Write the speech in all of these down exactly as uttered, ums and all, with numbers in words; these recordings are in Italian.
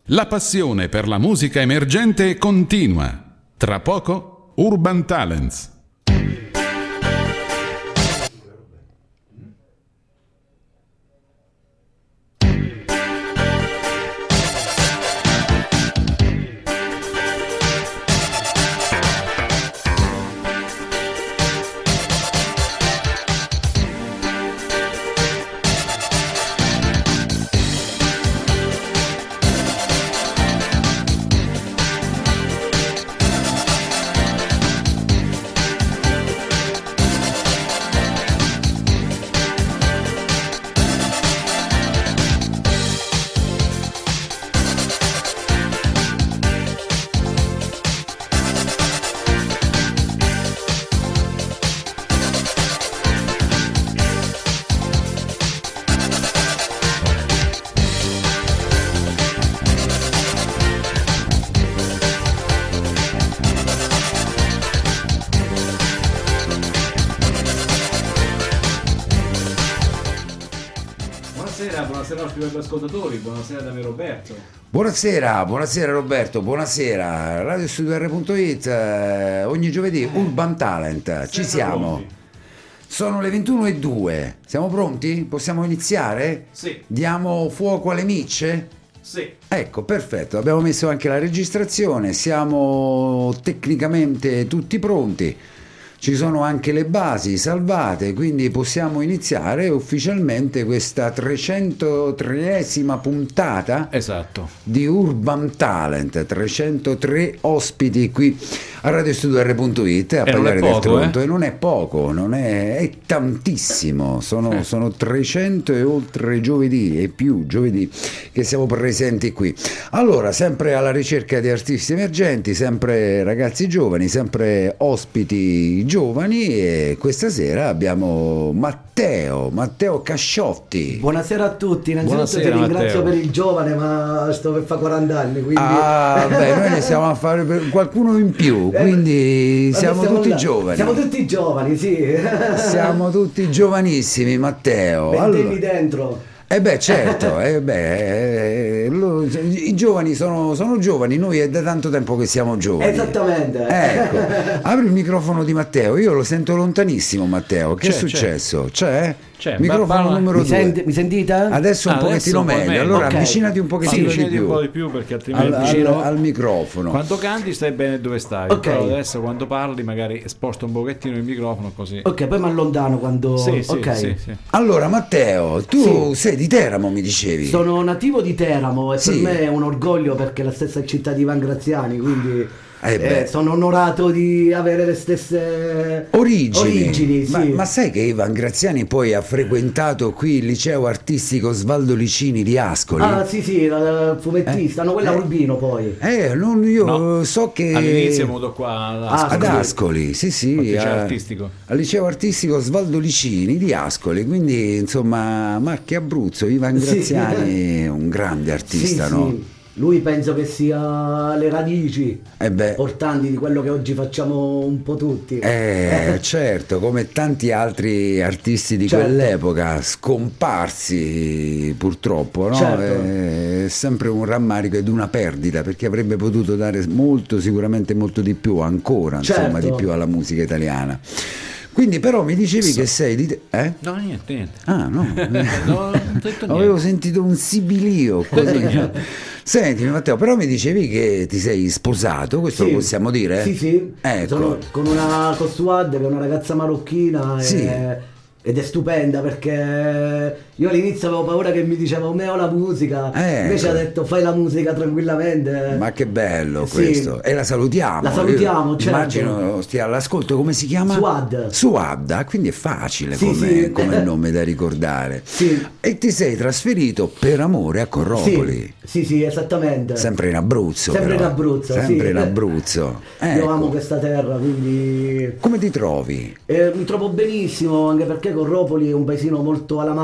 La passione per la musica emergente continua. Tra poco, Urban Talents. Buonasera ai nostri ascoltatori, buonasera da me Roberto. Buonasera, buonasera Roberto, buonasera. Radio Studio R punto it, eh, ogni giovedì eh, Urban Talent, ci siamo. Pronti. Sono le ventuno e due, siamo pronti? Possiamo iniziare? Sì. Diamo fuoco alle micce? Sì. Ecco, perfetto, abbiamo messo anche la registrazione, siamo tecnicamente tutti pronti. Ci sono anche le basi salvate, quindi possiamo iniziare ufficialmente questa trecentotreesima puntata esatto. di Urban Talent, trecentotre ospiti qui a Radio Studio R punto it a parlare del Tronto, eh? e non è poco, non è, è tantissimo, sono, eh. sono trecento e oltre giovedì e più giovedì che siamo presenti qui. Allora, sempre alla ricerca di artisti emergenti, sempre ragazzi giovani, sempre ospiti giovani, e questa sera abbiamo Matteo, Matteo Casciotti. Buonasera a tutti, innanzitutto Buonasera, ti ringrazio Matteo. per il giovane, ma sto per fare quaranta anni, quindi... Ah, beh, noi ne stiamo a fare per qualcuno in più, quindi siamo, siamo tutti là. giovani. Siamo tutti giovani, sì. Siamo tutti giovanissimi, Matteo. Ventelli allora, dentro. Eh beh, certo, eh beh, eh, lo, i giovani sono, sono giovani, noi è da tanto tempo che siamo giovani. Esattamente. Ecco, apri il microfono di Matteo, io lo sento lontanissimo Matteo, che c'è, è successo? C'è? C'è. Microfono Parla. numero Mi, due. senti, mi sentite? Adesso un Ah, pochettino adesso un po' meglio, meglio. allora Ok. avvicinati un pochettino Sì, di più un po' di più perché altrimenti al, vicino... al, al microfono. Quando canti stai bene dove stai, Ok. però adesso quando parli magari sposta un pochettino il microfono così. Ok, poi mi allontano quando... Sì, sì, ok. sì, sì. Allora Matteo, tu Sì. sei di Teramo, mi dicevi? Sono nativo di Teramo e Sì. per me è un orgoglio perché è la stessa città di Ivan Graziani, quindi Eh beh. eh, sono onorato di avere le stesse Origini, origini, sì. ma, ma sai che Ivan Graziani poi ha frequentato qui il liceo artistico Svaldo Licini di Ascoli? Ah sì sì, la fumettista, Eh, no, quella eh. Urbino poi. Eh, non, io No. so che All'inizio è venuto qua ad Ah, ad Ascoli. Ascoli, sì sì, Al liceo a- artistico. al liceo artistico Svaldo Licini di Ascoli, quindi insomma Marche Abruzzo, Ivan Sì. Graziani è un grande artista, sì, no? sì. Lui penso che sia le radici Eh beh, portanti di quello che oggi facciamo un po' tutti. Eh, certo, come tanti altri artisti di Certo. quell'epoca, scomparsi purtroppo, no? Certo. È sempre un rammarico ed una perdita, perché avrebbe potuto dare molto, sicuramente molto di più, ancora, insomma, Certo. di più alla musica italiana. Quindi però mi dicevi che sei di... te- Eh? No, niente, niente. Ah, no. No, non ho detto Avevo niente. sentito un sibilio così. Senti Matteo, però mi dicevi che ti sei sposato, questo Sì. lo possiamo dire? Sì, sì. Ecco. Sono con una Costuad che è una ragazza marocchina Sì. e- ed è stupenda perché io all'inizio avevo paura che mi diceva me ho la musica, Ecco. invece ha detto fai la musica tranquillamente. Ma che bello Sì. questo. E la salutiamo. La salutiamo, Io certo. Immagino stia all'ascolto, come si chiama? Suad. Suad, quindi è facile Sì, come, sì. come nome da ricordare. Sì. E ti sei trasferito per amore a Corropoli. Sì, sì, sì, esattamente. Sempre in Abruzzo. Sempre però. in Abruzzo, Sempre sì. in Abruzzo. Io Ecco. amo questa terra, quindi Come ti trovi? eh, mi trovo benissimo, anche perché Corropoli è un paesino molto alla mano,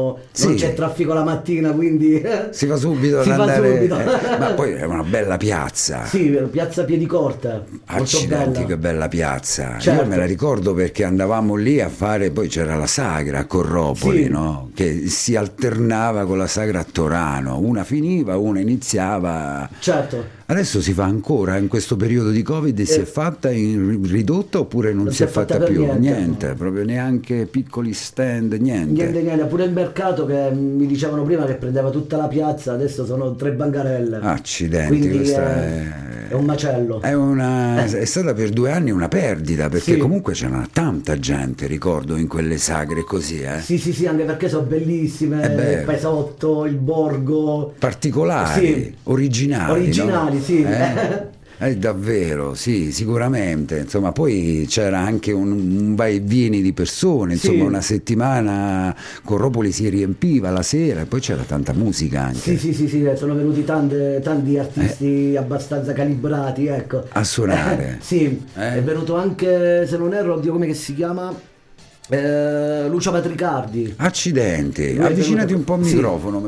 non Sì. c'è traffico la mattina, quindi Si fa subito ad Si fa andare, subito. eh, ma poi è una bella piazza. Sì, piazza Piedicorta, molto Accidenti, bella. che bella piazza. Certo. Io me la ricordo perché andavamo lì a fare, poi c'era la sagra a Corropoli, Sì. no? Che si alternava con la sagra a Torano, una finiva, una iniziava. Certo. Adesso si fa ancora in questo periodo di Covid e si Eh. è fatta in ridotta oppure non, si è fatta, per più? niente, no. Proprio neanche piccoli stand, niente. Niente, niente, pure il mercato che mi dicevano prima che prendeva tutta la piazza, adesso sono tre bancarelle. Accidenti, Quindi questa è, è, è un macello. È, una, è stata per due anni una perdita perché Sì. comunque c'era tanta gente, ricordo, in quelle sagre così, eh? Sì, sì, sì, anche perché sono bellissime, Eh beh. il paesotto, il borgo. Particolari, Sì. originali. Originali, no? sì. Eh? Eh, davvero, sì, sicuramente. Insomma, poi c'era anche un, un vai e vieni di persone, insomma, Sì. una settimana Corropoli si riempiva la sera e poi c'era tanta musica anche. Sì, sì, sì, sì, sono venuti tante- tanti artisti abbastanza calibrati, ecco. A suonare. Sì, Eh? è venuto anche, se non erro, oddio come che si chiama, eh, Lucio Patricardi. Accidenti, Lui è avvicinati venuto- un po' al sì. microfono.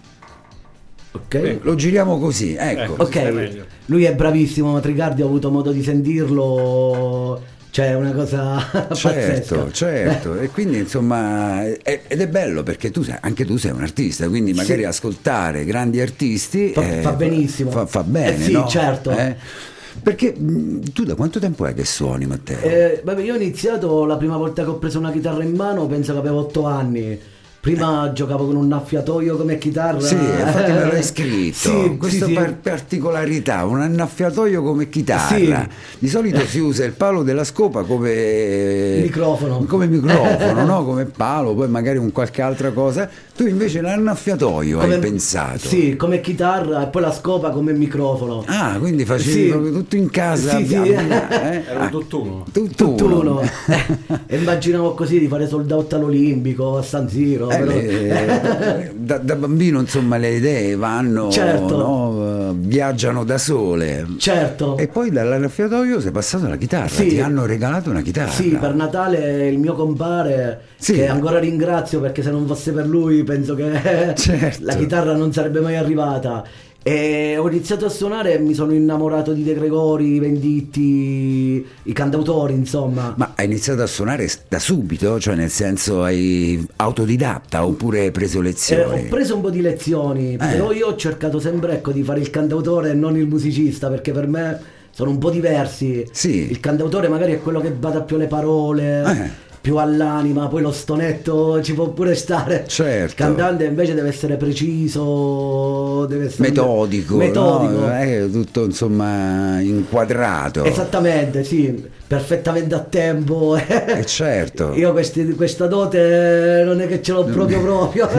Ok. Lo giriamo così, ecco. Ecco. Stai Ok, meglio. lui è bravissimo, Patricardi, ho avuto modo di sentirlo, cioè è una cosa Certo, pazzesca. certo, e quindi insomma, è- ed è bello perché tu sei, anche tu sei un artista, quindi magari Sì. ascoltare grandi artisti Fa- eh, fa benissimo. fa, fa bene, Eh sì, no? certo. Eh? Perché mh, tu da quanto tempo è che suoni, Matteo? Eh, vabbè, io ho iniziato la prima volta che ho preso una chitarra in mano, penso che avevo otto anni. Prima giocavo con un annaffiatoio come chitarra. Sì, infatti me l'hai scritto, Sì, questa sì, sì. par- particolarità, un annaffiatoio come chitarra. Sì. Di solito si usa il palo della scopa come Microfono. come microfono, no? Come palo, poi magari un qualche altra cosa. Tu invece l'annaffiatoio hai Come- pensato. Sì, come chitarra e poi la scopa come microfono. Ah, quindi facevi Sì. proprio tutto in casa. Sì, sì. abbina- eh? Era un Ah, tutt'uno. tutt'uno. Tutt'uno. E immaginavo così di fare sold out all'Olimpico, a San Siro. Eh, però- le- da, da bambino insomma le idee vanno, Certo. no? Viaggiano da sole. Certo. E poi dall'annaffiatoio sei passato alla chitarra, Sì. ti hanno regalato una chitarra. Sì, per Natale il mio compare, Sì. che ancora ringrazio perché se non fosse per lui penso che Certo. la chitarra non sarebbe mai arrivata. E ho iniziato a suonare e mi sono innamorato di De Gregori, i Venditti, i cantautori, insomma. Ma hai iniziato a suonare da subito? Cioè nel senso hai autodidatta oppure hai preso Eh, lezioni? ho preso un po' di lezioni, però io ho cercato sempre ecco, di fare il cantautore e non il musicista, perché per me sono un po' diversi. Sì. Il cantautore magari è quello che bada più alle parole, Eh. più all'anima, poi lo stonetto ci può pure stare. Certo. Il cantante invece deve essere preciso, deve essere Metodico, metodico. no? Eh, tutto insomma inquadrato. Esattamente, sì, perfettamente a tempo. Eh, certo. Io questi- questa dote non è che ce l'ho proprio proprio.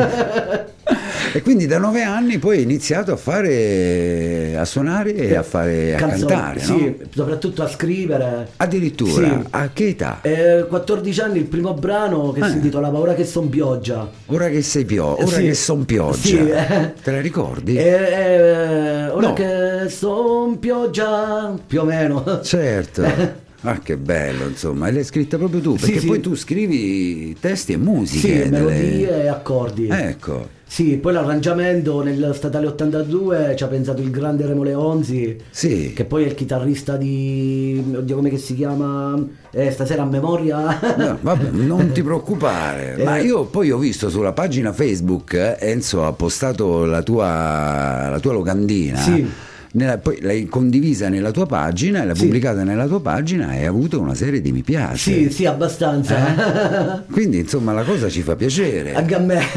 E quindi da nove anni poi hai iniziato a fare, a suonare e a fare, a Canzoni, cantare, no? sì, soprattutto a scrivere. Addirittura, Sì. a che età? Eh, quattordici anni il primo brano che Ah. si intitola Ora che son pioggia. Ora che sei pioggia, ora Sì. che son pioggia. Sì, eh. Te la ricordi? Eh, eh, ora No. che son pioggia, più o meno. Certo. Ah, che bello, insomma, e l'hai scritta proprio tu, Sì, perché sì. poi tu scrivi testi e musiche. Sì, delle- melodie e accordi. Ecco, Sì, poi l'arrangiamento nel Statale ottantadue ci ha pensato il grande Remo Leonzi, sì. che poi è il chitarrista di... oddio come che si chiama? Eh, stasera a memoria... No, vabbè, non ti preoccupare, Eh. ma io poi ho visto sulla pagina Facebook, eh, Enzo ha postato la tua, la tua locandina, Sì. nella- poi l'hai condivisa nella tua pagina, l'hai Sì. pubblicata nella tua pagina e hai avuto una serie di mi piace. Sì, sì, abbastanza. Quindi insomma la cosa ci fa piacere, Anche a me.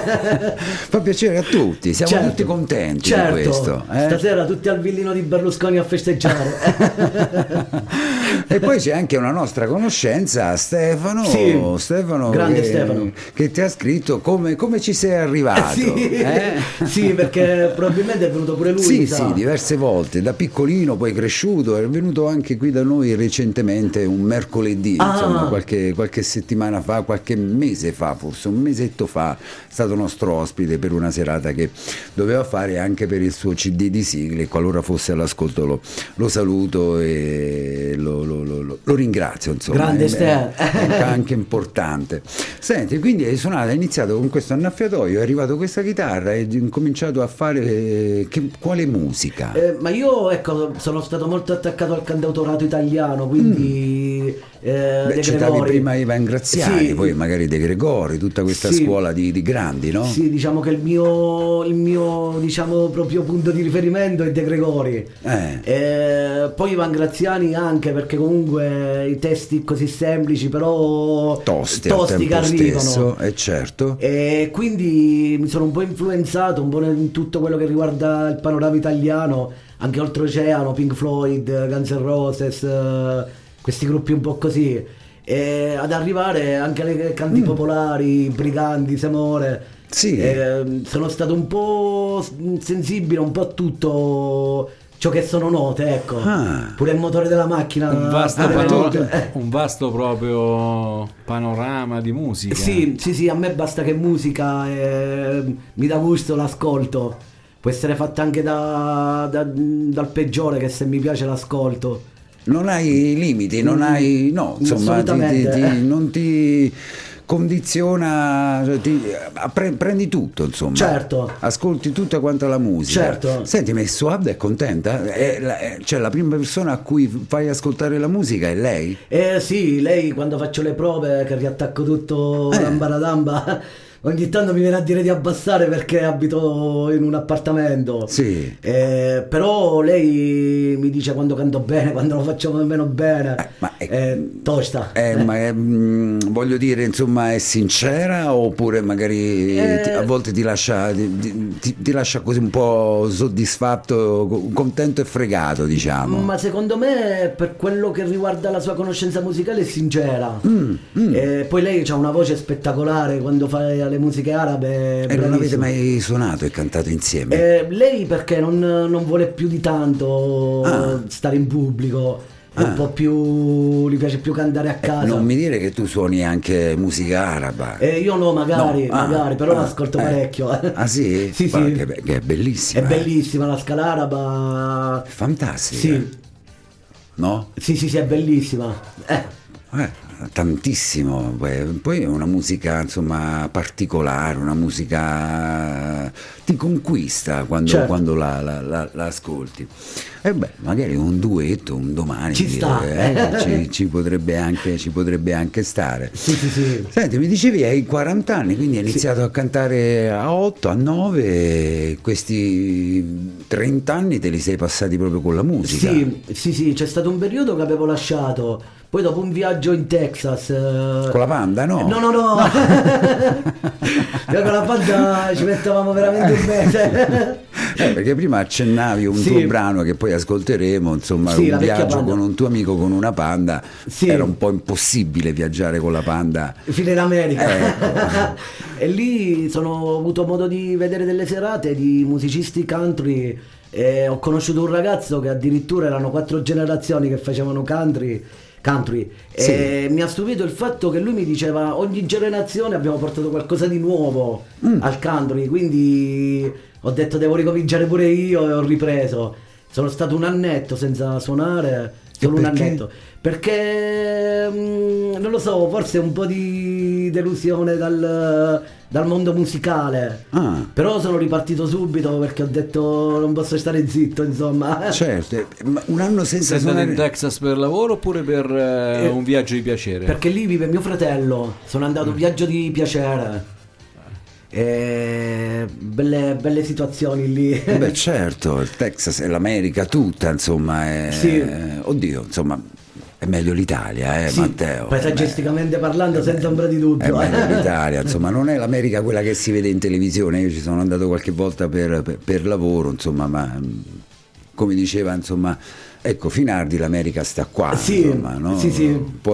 fa piacere a tutti, siamo Certo, tutti contenti certo. di questo. eh? Stasera tutti al villino di Berlusconi a festeggiare. E poi c'è anche una nostra conoscenza, Stefano, Sì, Stefano, grande che, Stefano. che ti ha scritto come, come ci sei arrivato. sì, eh? sì, perché probabilmente è venuto pure lui. Sì, mi sa. sì, diverse diverse volte, da piccolino, poi cresciuto, è venuto anche qui da noi recentemente un mercoledì, Ah. insomma qualche, qualche settimana fa, qualche mese fa, forse un mesetto fa, è stato nostro ospite per una serata che doveva fare anche per il suo C D di sigle. Qualora fosse all'ascolto lo, lo saluto e lo, lo, lo, lo- lo ringrazio, insomma. Grande è, Stan. è anche importante. Senti, quindi hai suonato, hai iniziato con questo annaffiatoio, è arrivato questa chitarra e hai incominciato a fare eh, che- quale musica? Eh, ma io ecco sono stato molto attaccato al cantautorato italiano, quindi eh, Beh, De citavi Gregori. prima Ivan Graziani, Sì. poi magari De Gregori, tutta questa Sì. scuola di, di grandi, no? Sì, diciamo che il mio, il mio diciamo proprio punto di riferimento è De Gregori. Eh. Eh, poi Ivan Graziani anche, perché comunque i testi così semplici però Tosti, al tosti che tempo arrivano. stesso, e certo. E quindi mi sono un po' influenzato un po' in tutto quello che riguarda il panorama italiano, anche oltreoceano, Pink Floyd, Guns N' Roses, eh, questi gruppi un po' così, e ad arrivare anche alle canti popolari, Briganti, Semore. Sì. Eh, sono stato un po' sensibile un po' a tutto ciò che sono note, ecco. Ah. Pure il motore della macchina. Un vasto, Ah, pure le tu- note. Eh. un vasto proprio panorama di musica. Sì, sì, sì, a me basta che musica eh, mi dà gusto, l'ascolto. Può essere fatta anche da, da- dal peggiore, che se mi piace l'ascolto. Non hai limiti, non hai, no, insomma, ti, ti- Assolutamente. ti- non ti condiziona, cioè ti- pre- prendi tutto, insomma. Certo. Ascolti tutta quanta la musica. Certo. Senti, ma Suad è contenta? È la, è- cioè, la prima persona a cui fai ascoltare la musica è lei? Eh sì, lei quando faccio le prove, che riattacco tutto Eh. rambaradamba, ogni tanto mi viene a dire di abbassare perché abito in un appartamento. Sì. Eh, però lei mi dice quando canto bene, quando lo faccio meno bene. Eh, ma è- Eh, tosta. Eh, ma è, mm, voglio dire, insomma, è sincera oppure magari Eh. ti- a volte ti lascia, ti, ti- ti lascia così un po' soddisfatto, co- contento e fregato, diciamo. Ma secondo me, per quello che riguarda la sua conoscenza musicale, è sincera. Mm, Eh, poi lei ha una voce spettacolare quando fa le musiche arabe. E non avete bravissima. mai suonato e cantato insieme? Eh, lei perché non, non vuole più di tanto Ah. stare in pubblico, è Ah. un po' più, gli piace più cantare a Eh, casa. non mi dire che tu suoni anche musica araba. Eh, io no, magari, No, ah, magari, però ah, l'ascolto eh. parecchio. Ah sì? Sì, Guarda sì. Che, be- che è bellissima. È eh. bellissima la scala araba. Fantastica. Sì, No? sì, sì, sì, è bellissima. Eh. Eh, tantissimo. Poi poi è una musica, insomma, particolare, una musica ti conquista quando, Certo. quando la, la- la- la ascolti. E beh, magari un duetto un domani Ci sta. eh, ci, ci potrebbe anche, ci potrebbe anche stare. Sì, sì, sì. Senti, mi dicevi hai quaranta anni, quindi hai iniziato a cantare a otto, a nove, questi trenta anni te li sei passati proprio con la musica. Sì, sì, sì, c'è stato un periodo che avevo lasciato, poi dopo un viaggio in Texas. eh, Con la Panda, no? No, no, no. Io con la banda ci mettevamo veramente un mese. Eh, perché prima accennavi un Sì. tuo brano che poi ascolteremo, insomma, Sì, la un vecchia viaggio Panda. con un tuo amico con una Panda. Sì. Era un po' impossibile viaggiare con la Panda. Fino in America. Ecco. E lì sono, ho avuto modo di vedere delle serate di musicisti country e ho conosciuto un ragazzo che addirittura erano quattro generazioni che facevano country. Country e mi ha stupito il fatto che lui mi diceva ogni generazione abbiamo portato qualcosa di nuovo Mm. al country, quindi ho detto devo ricominciare pure io e ho ripreso. Sono stato un annetto senza suonare, solo un perché? annetto, perché mm, non lo so, forse un po' di delusione dal, dal mondo musicale. Ah. Però sono ripartito subito perché ho detto non posso stare zitto, insomma. Certo, eh, ma un anno senza Sei andato in suonare. Texas per lavoro oppure per eh, Eh, un viaggio di piacere? Perché lì vive mio fratello, sono andato viaggio di piacere. E belle, belle situazioni lì. Eh Beh, certo, il Texas e l'America tutta, insomma, è... Sì. oddio, insomma, è meglio l'Italia, eh, Sì, Matteo. paesaggisticamente parlando, senza ombra di È dubbio. meglio l'Italia, insomma, non è l'America quella che si vede in televisione. Io ci sono andato qualche volta per, per- per lavoro, insomma, ma mh, come diceva, insomma, ecco, Finardi l'America sta qua, Sì, insomma, no? sì, sì.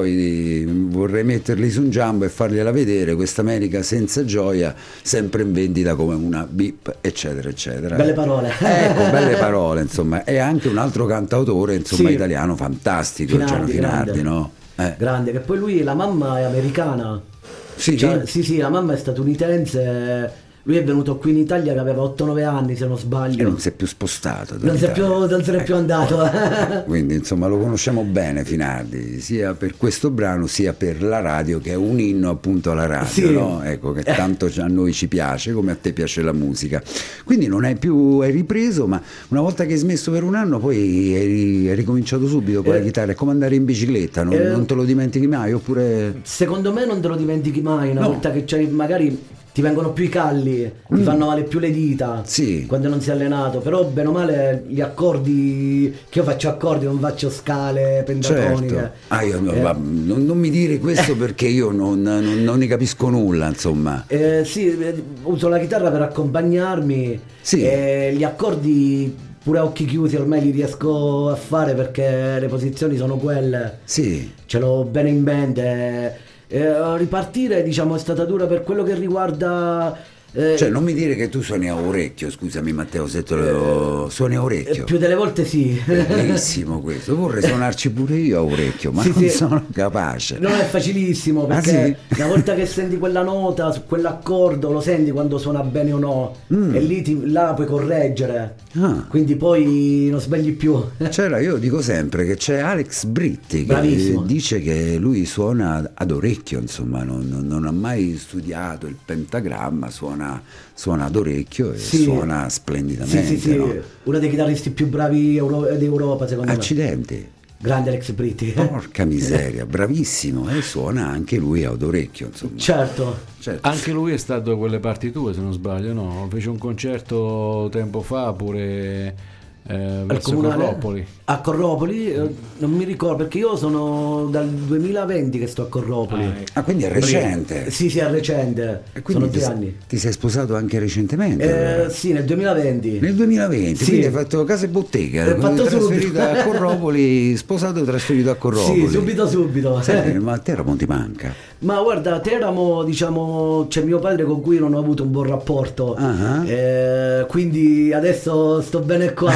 Poi vorrei metterli su un jumbo e fargliela vedere, questa America senza gioia, sempre in vendita come una bip, eccetera, eccetera. Belle parole. Ecco, belle parole, insomma. È anche un altro cantautore, insomma, Sì. italiano fantastico, Finardi, Giano Finardi, grande. no? Eh. Grande, che poi lui, la mamma è americana. Sì, Cioè, sì, sì, la mamma è statunitense. Lui è venuto qui in Italia che aveva otto nove anni, se non e sbaglio. non si è più spostato. Non si è più, dall'Italia. non se n'è più andato. Quindi insomma lo conosciamo bene Finardi, sia per questo brano sia per la radio, che è un inno appunto alla radio, Sì. no? Ecco, che tanto a noi ci piace come a te piace la musica. Quindi non hai più, hai ripreso, ma una volta che hai smesso per un anno poi hai, hai ricominciato subito con Eh, la chitarra. È come andare in bicicletta, non, eh, non te lo dimentichi mai, oppure... Secondo me non te lo dimentichi mai, una No. volta che c'hai, magari ti vengono più i calli, ti fanno male più le dita Sì. quando non sei allenato, però bene o male gli accordi, che io faccio accordi, non faccio scale pentatoniche. Certo. Ah, io, Eh, va, non, non mi dire questo perché io non, non- non ne capisco nulla, insomma. eh, sì, eh, uso la chitarra per accompagnarmi Sì. e gli accordi pure a occhi chiusi ormai li riesco a fare perché le posizioni sono quelle, Sì. ce l'ho bene in mente. Eh, ripartire diciamo è stata dura per quello che riguarda eh, Cioè non mi dire che tu suoni a orecchio, scusami Matteo, se te lo... suoni a eh, orecchio. più delle volte sì. Bellissimo questo, vorrei suonarci pure io a orecchio, ma Sì, non sì. sono capace. Non è facilissimo Ah, perché sì? una volta che senti quella nota su quell'accordo lo senti quando suona bene o no Mm. e lì ti, là puoi correggere, Ah. quindi poi non sbagli più. C'era, io dico sempre che c'è Alex Britti che Bravissimo. dice che lui suona ad orecchio, insomma, non, non- non ha mai studiato il pentagramma, suona, suona ad orecchio e Sì. suona Sì, splendidamente. sì, sì, no? uno dei chitarristi più bravi Euro- d'Europa secondo me. Accidenti. Grande Alex Britti. Porca miseria, bravissimo, e suona anche lui ad orecchio, insomma. Certo. Certo. Anche lui è stato da quelle parti tue, se non sbaglio, no? Fece un concerto tempo fa pure eh, Al verso comunale? Corropoli. A Corropoli? Eh, non mi ricordo perché io sono dal duemilaventi che sto a Corropoli. Ah, ecco. Ah, quindi è recente. Sì, sì, è recente. E quindi Sono ti, tre anni. ti sei sposato anche recentemente? Eh, allora? sì, nel duemilaventi. Nel duemilaventi, Sì. quindi hai fatto casa e bottega, Ho fatto trasferito subito. a Corropoli, sposato e trasferito a Corropoli. Sì, subito subito. Senti, ma a te non ti manca? Ma guarda, Teramo, diciamo, c'è mio padre con cui non ho avuto un buon rapporto. Ah. Eh, quindi adesso sto bene qua.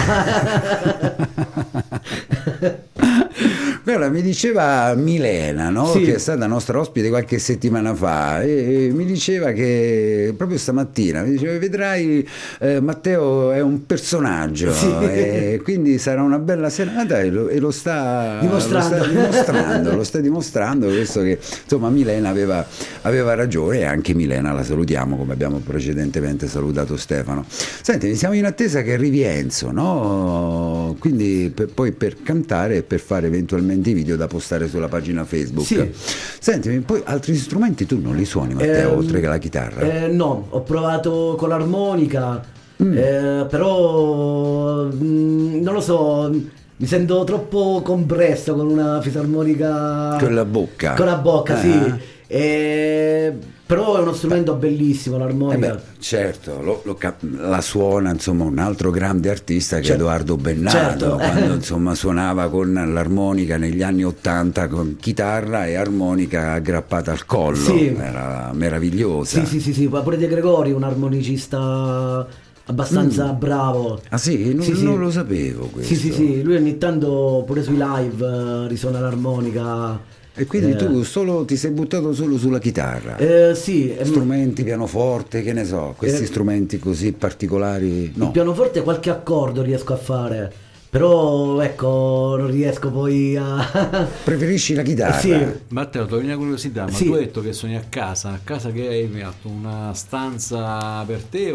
Guarda, mi diceva Milena, no? Sì. Che è stata nostra ospite qualche settimana fa, e e mi diceva che proprio stamattina mi diceva: vedrai, eh, Matteo è un personaggio, Sì. e quindi sarà una bella serata, e lo, e lo sta Dimostrando. lo sta dimostrando, lo sta dimostrando, questo che insomma Milena aveva, aveva ragione, e anche Milena la salutiamo come abbiamo precedentemente salutato Stefano. Senti, siamo in attesa che arrivi Enzo, no? Quindi per- poi per cantare e per fare eventualmente i video da postare sulla pagina Facebook. Sì. Senti, poi altri strumenti tu non li suoni, Matteo, Ehm, oltre che la chitarra? Eh, no, ho provato con l'armonica, Mm. eh, però mm, non lo so, mi sento troppo compresso con una fisarmonica. Con la bocca. Con la bocca, Ah. sì. Eh, però è uno strumento bellissimo Eh l'armonica. beh, certo, lo- lo cap- la suona insomma un altro grande artista che è Certo. Edoardo Bennato, Certo. quando insomma suonava con l'armonica negli anni ottanta con chitarra e armonica aggrappata al collo, Sì. era meravigliosa. Sì, sì, sì, sì, ma pure De Gregori, un armonicista abbastanza bravo. Ah sì? Non, Sì, sì. non lo sapevo questo. Sì, sì, sì, lui ogni tanto pure sui live eh, risuona l'armonica. E quindi Eh, tu solo ti sei buttato solo sulla chitarra? eh, sì, ehm, Strumenti, pianoforte, che ne so, questi Eh, strumenti così particolari, no? il pianoforte qualche accordo riesco a fare, però ecco, non riesco poi a... Preferisci la chitarra? Sì. Matteo, toglimi una curiosità, ma Sì. tu hai detto che suoni a casa, a casa che hai fatto una stanza per te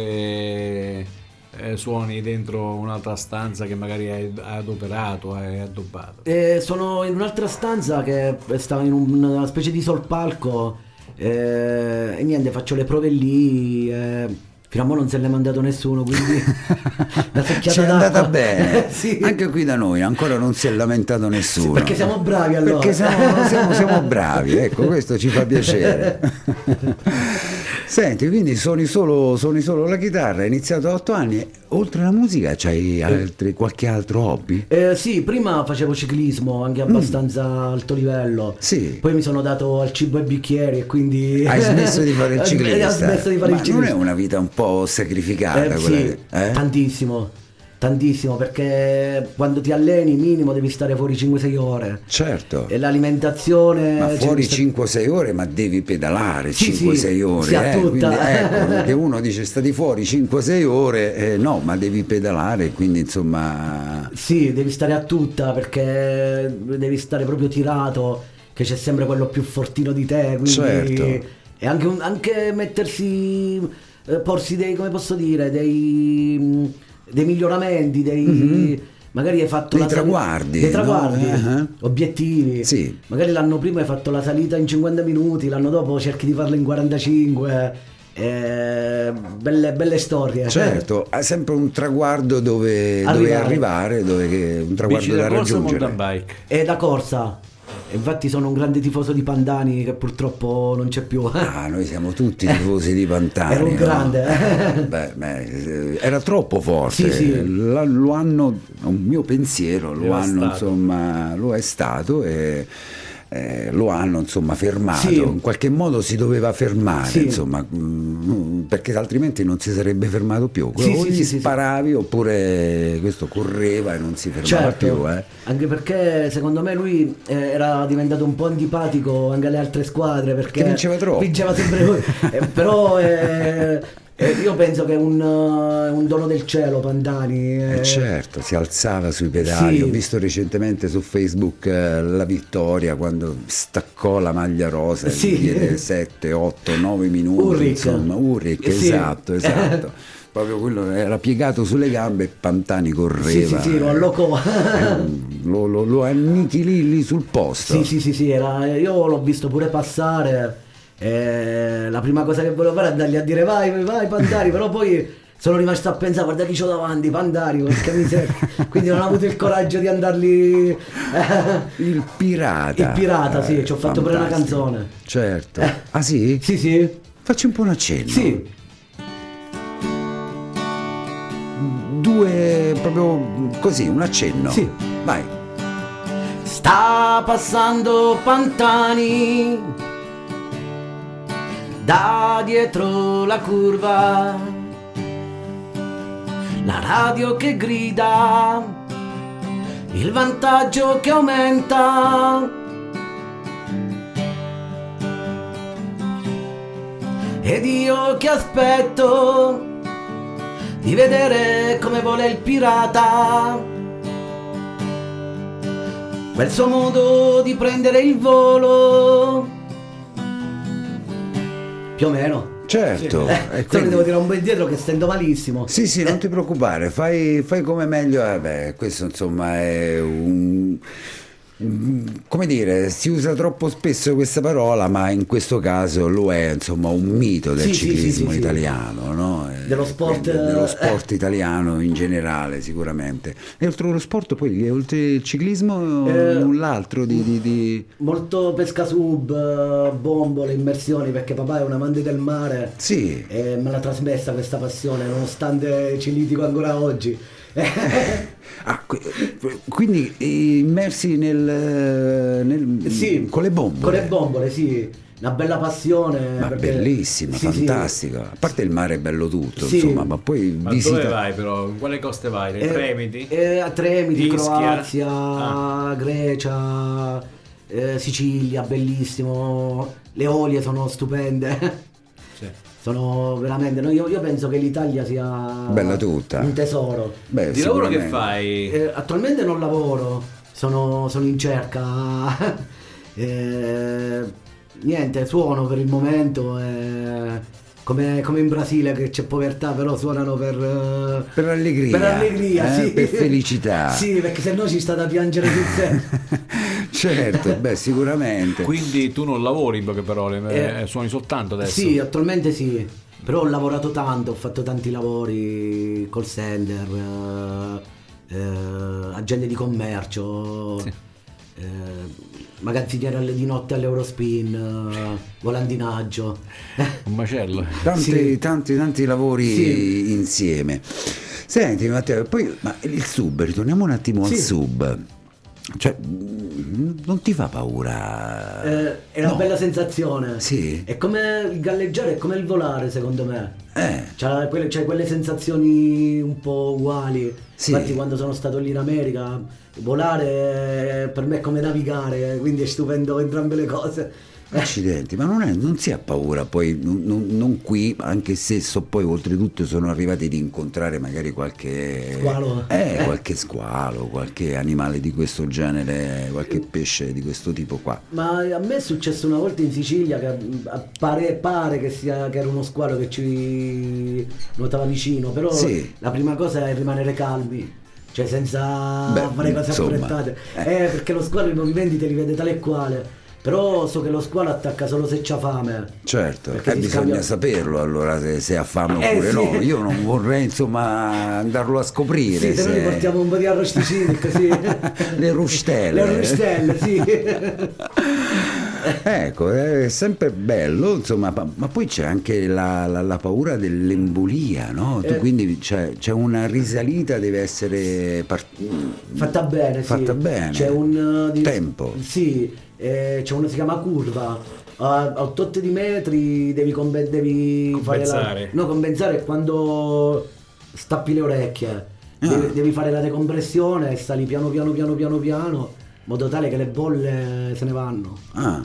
oppure eh, suoni dentro un'altra stanza che magari hai adoperato, hai addobbato? Eh, sono in un'altra stanza che sta in una specie di solpalco eh, e niente, faccio le prove lì. Eh, fino a mo' non se l'è mandato nessuno, quindi la secchiata Ci è d'acqua. andata bene. Sì. Anche qui da noi ancora non si è lamentato nessuno. Perché siamo bravi allora. Perché siamo, siamo- siamo bravi, ecco, questo ci fa piacere. Senti, quindi suoni solo, suoni solo la chitarra, hai iniziato a otto anni, oltre alla musica c'hai altri, qualche altro hobby? Eh, sì, prima facevo ciclismo anche abbastanza mm. alto livello, sì. Poi mi sono dato al cibo e bicchieri e quindi... Hai smesso di fare il ciclista? Ho smesso di fare Ma il ciclista. non è una vita un po' sacrificata? Eh, quella sì, che, eh? tantissimo. Tantissimo, perché quando ti alleni minimo devi stare fuori cinque sei ore. Certo. E l'alimentazione... Ma fuori sta... cinque sei ore, ma devi pedalare sì, cinque sei sì, ore. Sì, eh? tutta. Quindi, ecco, perché uno dice stati fuori cinque sei ore, eh, no, ma devi pedalare, quindi insomma... Sì, devi stare a tutta, perché devi stare proprio tirato, che c'è sempre quello più fortino di te. Quindi... Certo. E anche, un, anche mettersi, eh, porsi dei, come posso dire, dei... dei miglioramenti, dei mm-hmm. magari hai fatto dei la traguardi, sali- dei traguardi, no? uh-huh. obiettivi. Sì. Magari l'anno prima hai fatto la salita in cinquanta minuti, l'anno dopo cerchi di farla in quarantacinque. Eh, belle, belle storie. Certo, ha sempre un traguardo dove arrivare, dove, arrivare, dove che, un traguardo Bici da, da corsa raggiungere. Mountain bike. E da corsa. Infatti sono un grande tifoso di Pantani, che purtroppo non c'è più. Ah, noi siamo tutti tifosi di Pantani. Era un no? grande. Beh, beh, era troppo forte. Sì, sì. Lo, lo hanno, un mio pensiero, lo Lo hanno, è insomma, lo è stato e eh, lo hanno insomma fermato. Sì. In qualche modo si doveva fermare, sì. insomma, mh, perché altrimenti non si sarebbe fermato più. Sì, o sì, gli sì, sparavi sì. oppure questo correva e non si fermava certo. più. Eh. Anche perché secondo me lui eh, era diventato un po' antipatico anche alle altre squadre, perché che vinceva troppo. Vinceva sempre lui. eh, però eh, eh, io penso che è un, uh, un dono del cielo Pantani. Eh. Eh certo, si alzava sui pedali. Sì. Ho visto recentemente su Facebook eh, la vittoria quando staccò la maglia rosa, sì. diede sette, otto, nove minuti. Ulrich. Insomma, Ulrich, sì. esatto, esatto. Proprio quello era piegato sulle gambe e Pantani correva. Sì, sì, sì, lo allocò. lo, lo, lo annichilì lì sul posto. Sì, sì, sì, sì, era, io l'ho visto pure passare. E la prima cosa che volevo fare è andargli a dire vai, vai Pantani, però poi sono rimasto a pensare, guarda chi c'ho davanti, Pantani, porca miseria. Quindi non ho avuto il coraggio di andarli... Il pirata. Il pirata, sì, eh, ci ho fatto pure una canzone. Certo. Ah sì? Sì, sì. Facci un po' un accenno. Sì. Due, proprio così, un accenno. Sì. Vai. Sta passando Pantani da dietro la curva, la radio che grida, il vantaggio che aumenta, ed io che aspetto di vedere come vola il pirata, quel suo modo di prendere il volo. Più o meno. Certo. Sì. Eh, eh, quindi... devo dire un po' indietro che stendo malissimo. Sì, sì, non ti preoccupare, fai, fai come meglio. Eh, beh, questo insomma è un... come dire, si usa troppo spesso questa parola, ma in questo caso lo è, insomma, un mito del sì, ciclismo sì, sì, italiano, sì. no? Dello sport, Quindi, dello eh. sport italiano in generale, sicuramente. E oltre allo sport, poi oltre il ciclismo, Eh, l'altro di, di, di... molto pesca sub, bombole, immersioni, perché papà è un amante del mare. Sì. E me l'ha trasmessa questa passione, nonostante ci litigo ancora oggi. Ah, quindi immersi nel, nel sì, con le bombole. Con le bombole, sì. Una bella passione. Ma perché... bellissima, sì, fantastica. sì. A parte il mare è bello tutto, sì. insomma, ma poi Ma visita... dove vai però? In quale coste vai? Nei Eh, Tremiti? Eh, a Tremiti, Ischia? Croazia, Ah. Grecia, eh, Sicilia, bellissimo. Le olie sono stupende. Sì. Sono veramente, no, io, io penso che l'Italia sia Bella tutta. un tesoro. Beh, Di lavoro che sicuramente. fai? Eh, attualmente non lavoro, sono, sono in cerca. eh, niente, suono per il momento. Eh, come, come in Brasile che c'è povertà, però suonano per, eh, Per allegria, per allegria, eh, sì. per felicità. Sì, perché se no ci sta da piangere sul serio. Certo, beh, sicuramente. Quindi tu non lavori, in poche parole, Eh, eh, suoni soltanto adesso? Sì, attualmente sì, però ho lavorato tanto, ho fatto tanti lavori, call center, eh, eh, agente di commercio, Sì. eh, magazziniere di notte all'Eurospin, uh, volandinaggio. Un macello. Tanti, Sì. tanti, tanti lavori Sì. insieme. Senti Matteo, poi ma il sub, ritorniamo un attimo Sì. al sub. Cioè, mh, non ti fa paura? Eh, è una No. bella sensazione. Sì. È come il galleggiare, è come il volare, secondo me. Eh. C'ha quelle, c'hai quelle sensazioni un po' uguali. Sì. Infatti, quando sono stato lì in America, volare eh, per me è come navigare, quindi è stupendo entrambe le cose. Accidenti, ma non, è, non si ha paura poi, non, non- non qui, anche se so poi oltretutto sono arrivati ad incontrare magari qualche Squalo. eh, qualche squalo, qualche animale di questo genere, qualche pesce di questo tipo qua. Ma a me è successo una volta in Sicilia che mm, pare, pare che, sia, che era uno squalo che ci nuotava vicino, però Sì. la prima cosa è rimanere calmi, cioè senza Beh, fare cose insomma, affrettate. eh. Eh, perché lo squalo i movimenti te li vede tale e quale, però so che lo squalo attacca solo se c'ha fame. Certo, Perché eh, ti bisogna scambia- saperlo allora se, se ha fame Eh, oppure sì. no. Io non vorrei insomma andarlo a scoprire. Sì, se noi se- portiamo un po' di arrosticini così. Le rustelle. Le rustelle, sì. Ecco, è sempre bello, insomma, ma, ma poi c'è anche la, la- la paura dell'embolia, no? Tu Eh. quindi c'è, c'è una risalita, deve essere part- Fatta bene, sì. fatta bene. C'è un uh, di- Tempo. Sì, eh, c'è una si chiama curva. A a otto di metri devi, combe- devi fare la, Compensare. no, compensare è quando stappi le orecchie. Devi, Ah. devi fare la decompressione e sali piano piano piano piano piano, in modo tale che le bolle se ne vanno. Ah,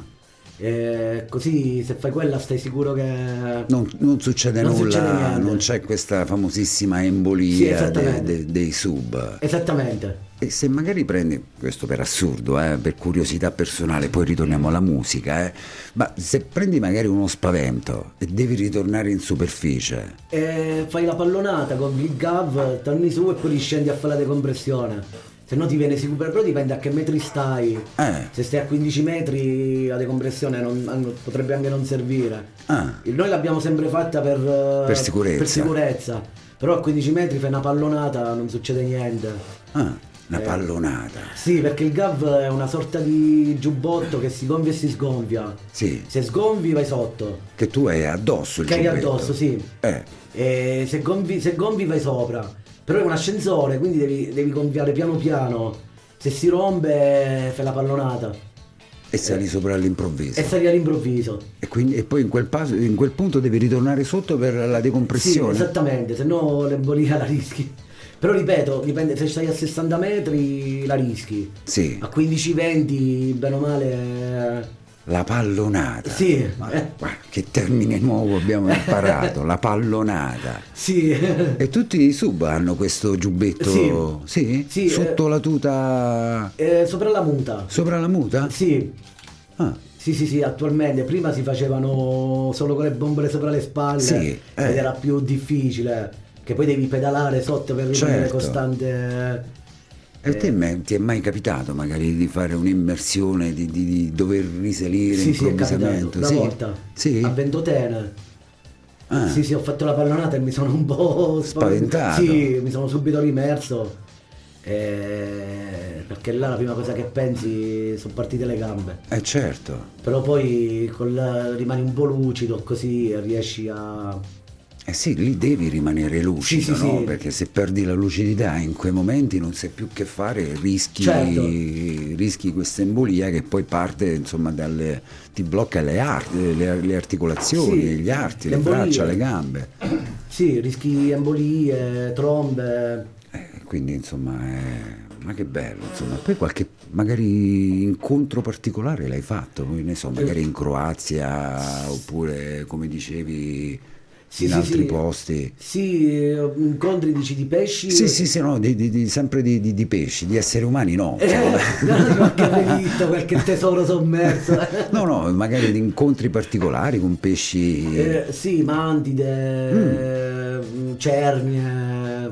E così se fai quella stai sicuro che non, non succede Non nulla, succede niente. non c'è questa famosissima Sì, embolia esattamente. de- de- dei sub. Esattamente. E se magari prendi, questo per assurdo, eh, per curiosità personale, poi ritorniamo alla musica, eh, ma se prendi magari uno spavento e devi ritornare in superficie, E fai la pallonata con il gav, torni su e poi riscendi a fare la decompressione. Se no ti viene sicuro, però dipende a che metri stai. Eh. Se stai a quindici metri la decompressione non- non- potrebbe anche non servire. Ah. Noi l'abbiamo sempre fatta per, eh, Per sicurezza. per sicurezza. Però a quindici metri fai una pallonata, non succede niente. ah, una Eh. pallonata, Sì, perché il gav è una sorta di giubbotto che si gonfia e si sgonfia. sì, Se sgonfi vai sotto. che tu hai addosso il Che hai giubbetto. addosso, sì. Eh, E se gonfi, se gonfi vai sopra. Però è un ascensore, quindi devi, devi gonfiare piano piano. Se si rompe fai la pallonata. e sali sopra all'improvviso. E sali all'improvviso. E, quindi, e poi in quel, passo- in quel punto devi ritornare sotto per la Sì, decompressione. esattamente, se no l'embolia la rischi. Però ripeto, dipende, se stai a sessanta metri la rischi. Sì, A quindici venti, bene o male. la pallonata. Sì. Ma, eh, guarda, che termine nuovo abbiamo imparato, la pallonata. sì. E tutti i sub hanno questo giubbetto, Sì. sì? Sì, Sotto la tuta, Eh, sopra la muta. sopra la muta? Sì. Ah, Sì, sì, sì, attualmente prima si facevano solo con le bombole sopra le spalle Sì, eh. ed era più difficile, che poi devi pedalare sotto per rimanere Certo. costante. e a te me- ti è mai capitato magari di fare un'immersione, di, di- di dover risalire Sì, sì, è capitato, improvvisamente? una sì? volta, Sì? a Ventotene. Ah. Sì, sì, ho fatto la pallonata e mi sono un po' Spaventato. Sì, mi sono subito rimerso. eh, perché là la prima cosa che pensi sono partite le gambe. Eh certo, Però poi con la- rimani un po' lucido così e riesci a. eh sì, lì devi rimanere lucido, Sì, sì, no? sì. Perché se perdi la lucidità in quei momenti non sai più che fare, rischi, Certo. rischi questa embolia che poi parte, insomma, dalle, ti blocca le, arti, le, le articolazioni, Sì, gli arti, le l'embolia. braccia, le gambe. Sì, rischi embolie, trombe. Eh, quindi insomma, è- ma che bello, insomma. Poi qualche magari incontro particolare l'hai fatto, poi ne so, magari in Croazia oppure come dicevi Sì, in sì, altri sì. posti. Sì, eh, incontri dici di pesci. Sì, sì, sì, no, di, di- di- sempre di, di- di pesci, di esseri umani no. Eh, qualche relitto, qualche tesoro sommerso. No, no, magari di incontri particolari con pesci. Eh, sì, mantide, Mm. eh, cernie,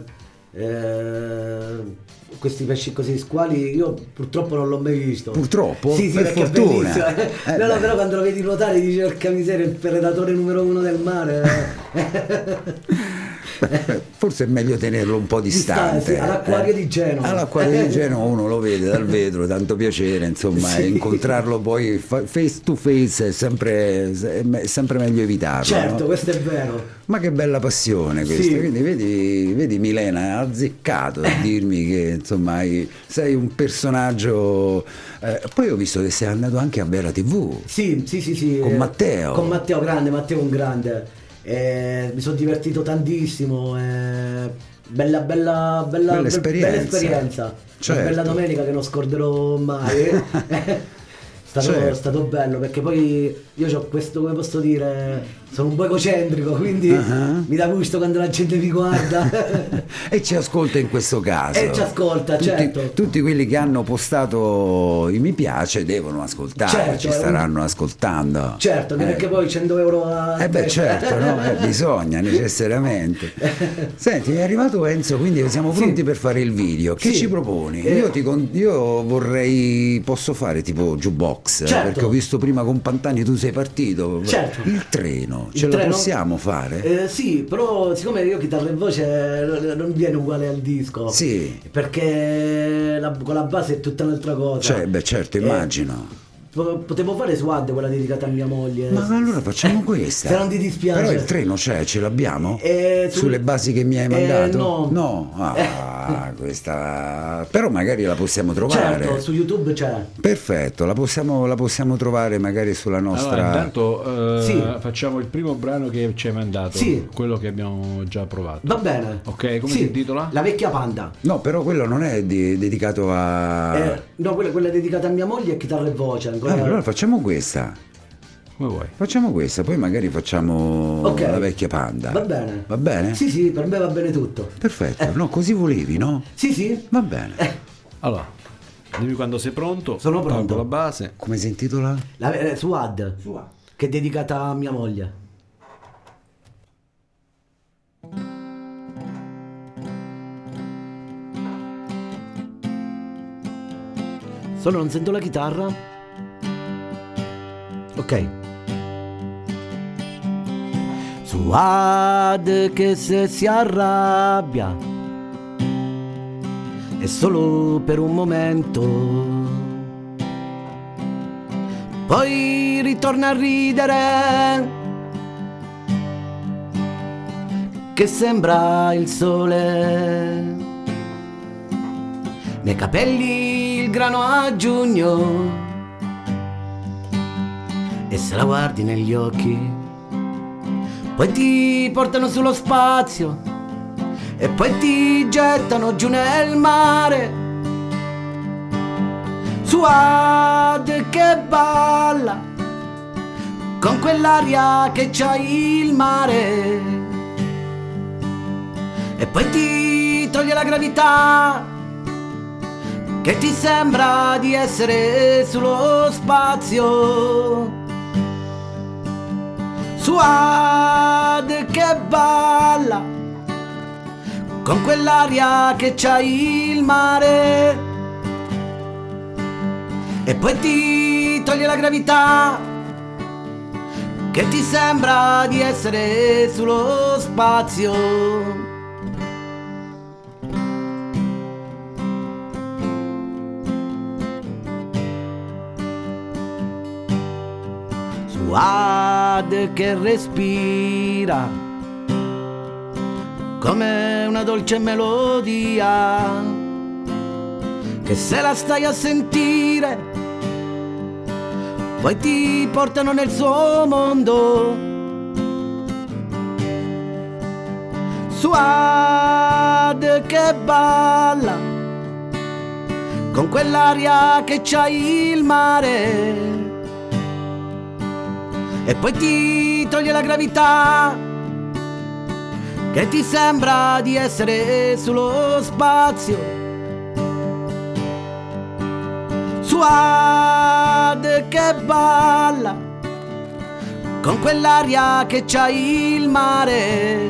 eh, questi pesci così squali io purtroppo non l'ho mai visto. Purtroppo? Sì, sì, Per perché è fortuna. bellissimo. Eh, no, no, beh. però quando lo vedi nuotare dici porca miseria, il predatore numero uno del mare. Forse è meglio tenerlo un po' distante. Distante, all'acquario eh. di Genova. All'acquario di Genova uno lo vede dal vetro, tanto piacere, insomma, Sì. e incontrarlo poi fa- face to face è sempre, è me- è sempre meglio evitarlo. Certo, no? questo è vero. Ma che bella passione questa, Sì. quindi vedi, vedi Milena, ha azzeccato a dirmi che insomma hai- sei un personaggio, eh, poi ho visto che sei andato anche a Vera tivù. Sì, sì, sì, sì. Con eh, Matteo. Con Matteo grande, Matteo un grande. Eh, mi sono divertito tantissimo. eh, bella, bella, bella, Bella be- esperienza. bella esperienza. Certo. Una bella domenica che non scorderò mai. È stato, Certo. è stato bello perché poi io ho questo, come posso dire, sono un po' egocentrico, quindi Uh-huh. mi dà gusto quando la gente mi guarda. E ci ascolta in questo caso. E ci ascolta, tutti, certo. Tutti quelli che hanno postato i mi piace devono ascoltare, Certo, ci è un- staranno ascoltando. Certo, che Eh. perché poi cento euro a Eh beh testa. certo, no? Eh, bisogna necessariamente. Senti, mi è arrivato Enzo, quindi siamo Sì. pronti per fare il video. Che Sì. ci proponi? Eh. Io, ti con- io vorrei, posso fare tipo jukebox, eh, Certo. perché ho visto prima con Pantani tu sei partito. Certo. Il treno, Il ce treno? lo possiamo fare? Eh, sì, però siccome io chitarra e voce non viene uguale al disco. Sì. Perché la- con la base è tutta un'altra cosa. Cioè, beh certo, Eh, immagino. po- Potevo fare Swad, quella dedicata a mia moglie. Ma allora facciamo questa. Se non ti dispiace. Però il treno c'è, ce l'abbiamo? Eh, su- Sulle basi che mi hai Eh, mandato? no. No? Ah, questa... Però magari la possiamo trovare. Certo, su YouTube c'è. Perfetto, la possiamo, la possiamo trovare magari sulla nostra... Allora, intanto eh, Sì. facciamo il primo brano che ci hai mandato, Sì. quello che abbiamo già provato. Va bene. Ok, come Sì, si intitola? La vecchia panda. No, però quello non è di- dedicato a... Eh, no, quella, quella dedicata a mia moglie è chitarra e voce. Ancora. Ah, allora facciamo questa. Come vuoi. Facciamo questa, poi magari facciamo Ok. la vecchia panda. Va bene. Va bene? Sì, sì, per me va bene tutto. Perfetto. No, così volevi, no? Sì, sì. Va bene. Allora, dimmi quando sei pronto. Sono pronto. Tolgo la base. Come si intitola? La, eh, Suad, che è dedicata a mia moglie. Solo non sento la chitarra. Ok. Suad che se si arrabbia è solo per un momento, poi ritorna a ridere, che sembra il sole, nei capelli il grano a giugno, e se la guardi negli occhi poi ti portano sullo spazio e poi ti gettano giù nel mare. Suad che balla con quell'aria che c'ha il mare, e poi ti toglie la gravità, che ti sembra di essere sullo spazio. Suad che balla con quell'aria che c'ha il mare, e poi ti toglie la gravità, che ti sembra di essere sullo spazio. Suad che respira come una dolce melodia, che se la stai a sentire poi ti portano nel suo mondo. Suad che balla con quell'aria che c'ha il mare, e poi ti toglie la gravità, che ti sembra di essere sullo spazio. Suad che balla con quell'aria che c'ha il mare,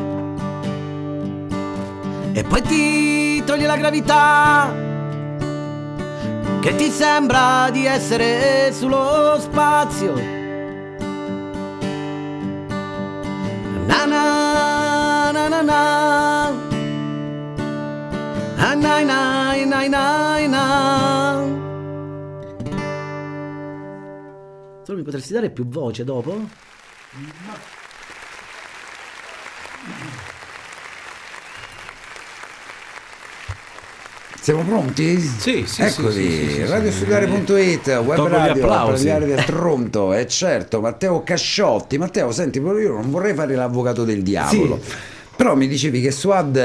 e poi ti toglie la gravità, che ti sembra di essere sullo spazio. Na na na na na nai nai na. Solo mi potresti dare più voce dopo? Siamo pronti? Sì, sì, Eccoci, sì, sì, sì, sì, radiostudiare punto it, web Tolgo gli radio, la applausi. plagliare del Tronto, e certo, Matteo Casciotti. Matteo, senti, però io non vorrei fare l'avvocato del diavolo. Sì. Però mi dicevi che Suad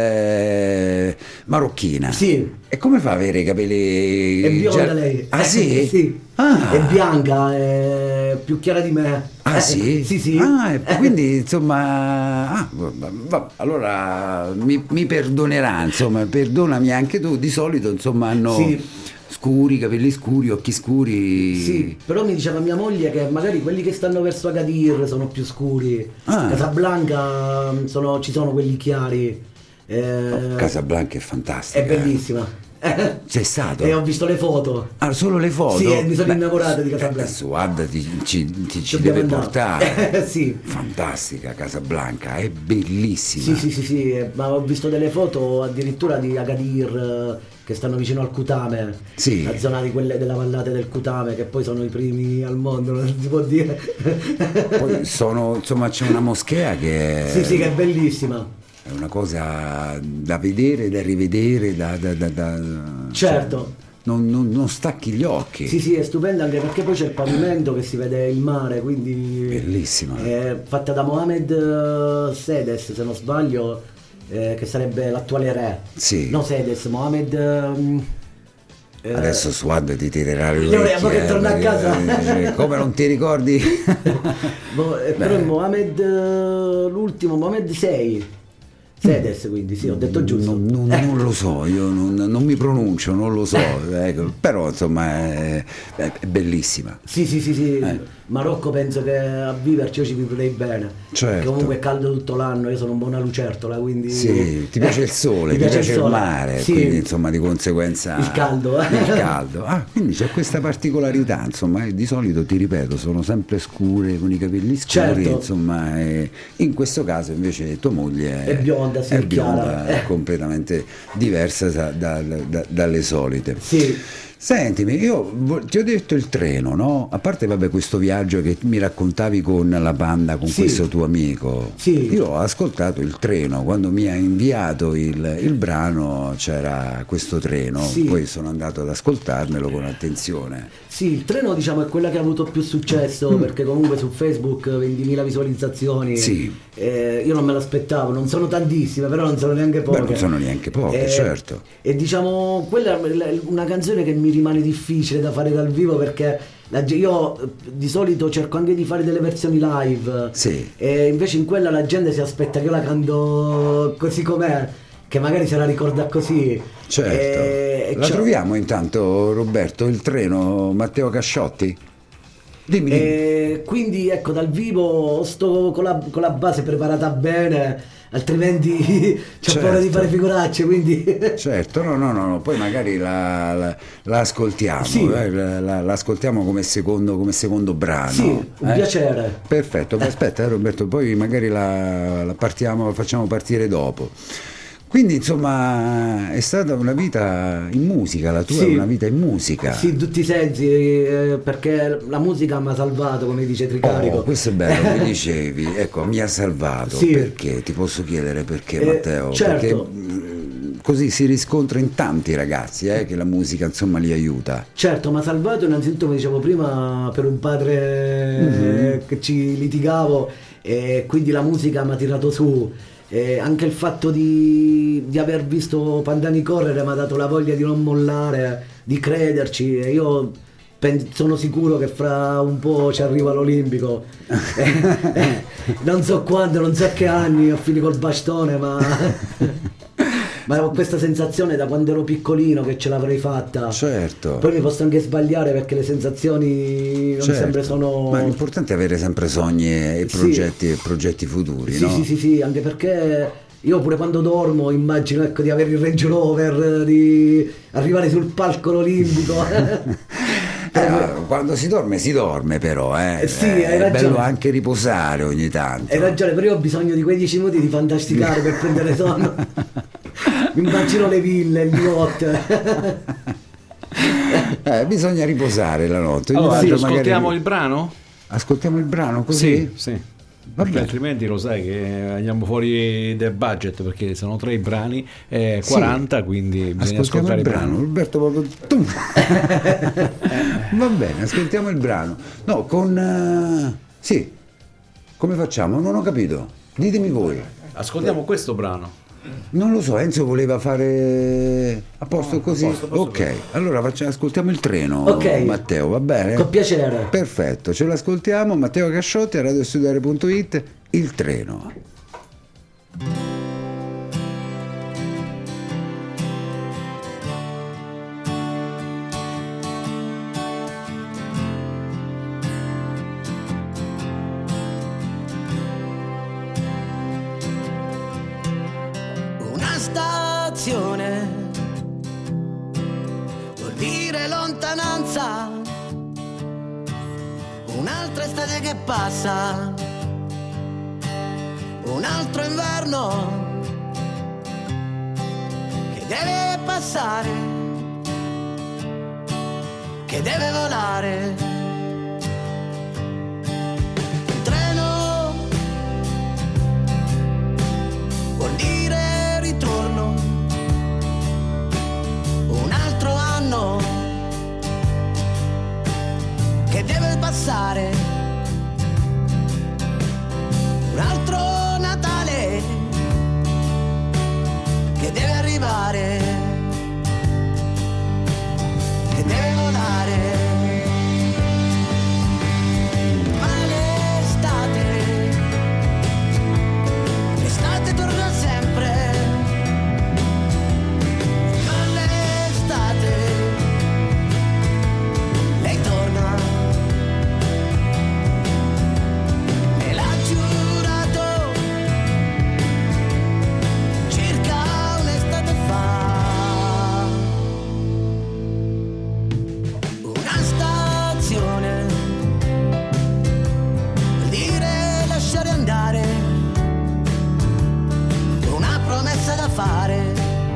è marocchina. Sì. E come fa a avere i capelli... È bionda già- lei. Ah sì? Sì. Ah. È bianca, è più chiara di me. Ah Eh, sì? Sì, sì. Ah, e quindi insomma, ah, va- va- allora mi, mi perdonerà, insomma, perdonami anche tu, di solito insomma hanno Sì. scuri, capelli scuri, occhi scuri. Sì, però mi diceva mia moglie che magari quelli che stanno verso Agadir sono più scuri. Ah. Casablanca mh, sono- ci sono quelli chiari. Eh, Casablanca è fantastica. è bellissima. Sei stato? E ho visto le foto. Ah, solo le foto? Sì, e mi sono Beh, innamorato di eh, Casablanca. Suad ti, ci, ti- ci Dobbiamo deve andare. portare. Sì. Fantastica Casablanca, è bellissima. Sì, sì, sì, sì, eh, ma ho visto delle foto addirittura di Agadir eh, che stanno vicino al Kutame, Sì. la zona di quelle della vallata del Kutame, che poi sono i primi al mondo, non si può dire. Poi sono, insomma, c'è una moschea che è... Sì, sì, che è bellissima. È una cosa da vedere, da rivedere, da... da- da- da- Certo. cioè, non, non- non stacchi gli occhi. Sì, sì, è stupenda anche perché poi c'è il pavimento che si vede il mare, quindi... Bellissima. È fatta da Mohammed eh, Sedes, se non sbaglio, eh, che sarebbe l'attuale re. Sì. No, Sedes, Mohammed... ehm, eh, Adesso Suad ti tirerà le Io orecchie. volevo che eh, torna a perché, casa. eh, come non ti ricordi? Boh, eh, però è Mohammed eh, l'ultimo, Mohammed sei. Sedes, quindi sì, ho detto giusto. Non, non- non lo so, io non, non mi pronuncio, non lo so, ecco. Però insomma è, è- è bellissima. Sì, sì, sì, sì. Eh. Marocco penso che a viverci io ci vivrei bene. Certo. Perché comunque è caldo tutto l'anno, io sono un buona lucertola, quindi... Sì, ti piace il sole, Mi ti piace, il sole. mare, Sì. quindi insomma di conseguenza Il caldo. il caldo. Ah, quindi c'è questa particolarità, insomma, e di solito ti ripeto, sono sempre scure con i capelli scuri, Certo. insomma, e in questo caso invece tua moglie È bionda, sì, è è chiara. bionda, è Eh. completamente diversa da- da- da- dalle solite. Sì. Sentimi, io vo- ti ho detto il treno, no? A parte vabbè questo viaggio che mi raccontavi con la banda, con Sì. questo tuo amico, Sì. io ho ascoltato il treno, quando mi ha inviato il, il brano c'era questo treno, Sì. poi sono andato ad ascoltarmelo con attenzione. Sì, il treno diciamo è quella che ha avuto più successo perché comunque su Facebook ventimila visualizzazioni. Sì. Eh, io non me l'aspettavo, non sono tantissime, però non sono neanche poche. Beh, non sono neanche poche, Eh, certo. E diciamo, quella è una canzone che mi rimane difficile da fare dal vivo perché la ge- io eh, di solito cerco anche di fare delle versioni live. Sì. E invece in quella la gente si aspetta che io la canto così com'è, che magari se la ricorda così. Certo. E- e La c'ho- troviamo intanto, Roberto, il treno Matteo Casciotti? Dimmi, dimmi. E quindi ecco dal vivo sto con la, con la base preparata bene, altrimenti c'ho Certo. paura di fare figuracce, quindi Certo, no, no, no, no, poi magari la, la- la ascoltiamo, Sì. eh, la, la- la ascoltiamo come secondo, come secondo brano. Sì, un eh? piacere. Perfetto, ma aspetta eh, Roberto, poi magari la, la partiamo, la facciamo partire dopo. Quindi insomma è stata una vita in musica, la tua Sì. è una vita in musica. Sì, in tutti i sensi, eh, perché la musica mi ha salvato, come dice Tricarico. Oh, questo è bello, mi dicevi, ecco, mi ha salvato. Sì. Perché? Ti posso chiedere perché, Eh, Matteo? certo. Perché mh, così si riscontra in tanti ragazzi eh, che la musica insomma li aiuta. Certo, mi ha salvato innanzitutto, come dicevo prima, per un padre Mhm. eh, che ci litigavo e quindi la musica mi ha tirato su. E anche il fatto di, di aver visto Pandani correre mi ha dato la voglia di non mollare, di crederci. E io pen- sono sicuro che fra un po' ci arrivo all'Olimpico. Eh, eh, non so quando, non so che anni, ho finito col bastone, ma... ma ho questa sensazione da quando ero piccolino che ce l'avrei fatta. Certo. Poi mi posso anche sbagliare perché le sensazioni non Certo. sempre sono... Ma l'importante è avere sempre sogni e Sì. progetti, e progetti futuri, Sì, no? sì, sì, sì, anche perché io pure quando dormo immagino ecco, di avere il Range Rover, di arrivare sul palco olimpico. Eh, ma quando si dorme si dorme però, eh. Eh sì, Eh, hai è ragione. bello anche riposare ogni tanto. Hai ragione, però io ho bisogno di quei dieci minuti di fantasticare per prendere sonno. Mi immagino le ville, gli yacht. Eh, bisogna riposare la notte. Ogni Allora, tanto ascoltiamo magari- il brano? Ascoltiamo il brano così? Sì, sì. Va Perché bene. altrimenti lo sai che andiamo fuori del budget, perché sono tre i brani, eh, quaranta, quindi bisogna Ascoltiamo ascoltare il i brano, brani. Roberto proprio tum. Va bene, ascoltiamo il brano. No, con eh, sì. Come facciamo? Non ho capito. Ditemi voi. Ascoltiamo questo brano. Non lo so, Enzo voleva fare a posto così. a posto, a posto ok, allora facciamo, ascoltiamo il treno. Ok. Matteo, va bene? Con piacere. Perfetto, ce l'ascoltiamo. Matteo Casciotti a radiostudiare punto it, il treno. Una stazione vuol dire lontananza, un'altra estate che passa, un altro inverno che deve passare, che deve volare. Un treno vuol dire ritorno, un altro anno che deve passare, un altro Natale che deve arrivare, che deve volare. Ma l'estate, l'estate torna sempre, con l'estate lei torna, me l'ha giurato circa un'estate fa. Una stazione vuol dire lasciare andare, una promessa da fare,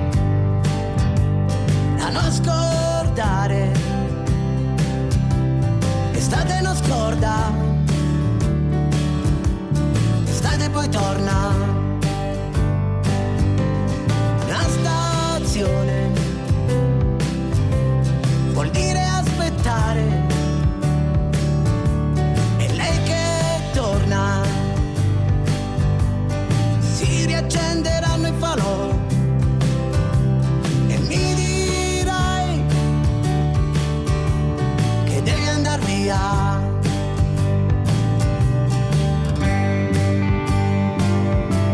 da non scordare. L'estate non scorda, l'estate poi torna. Una stazione vuol dire aspettare, e lei che torna, si riaccenderanno i falò e mi dirai che devi andar via.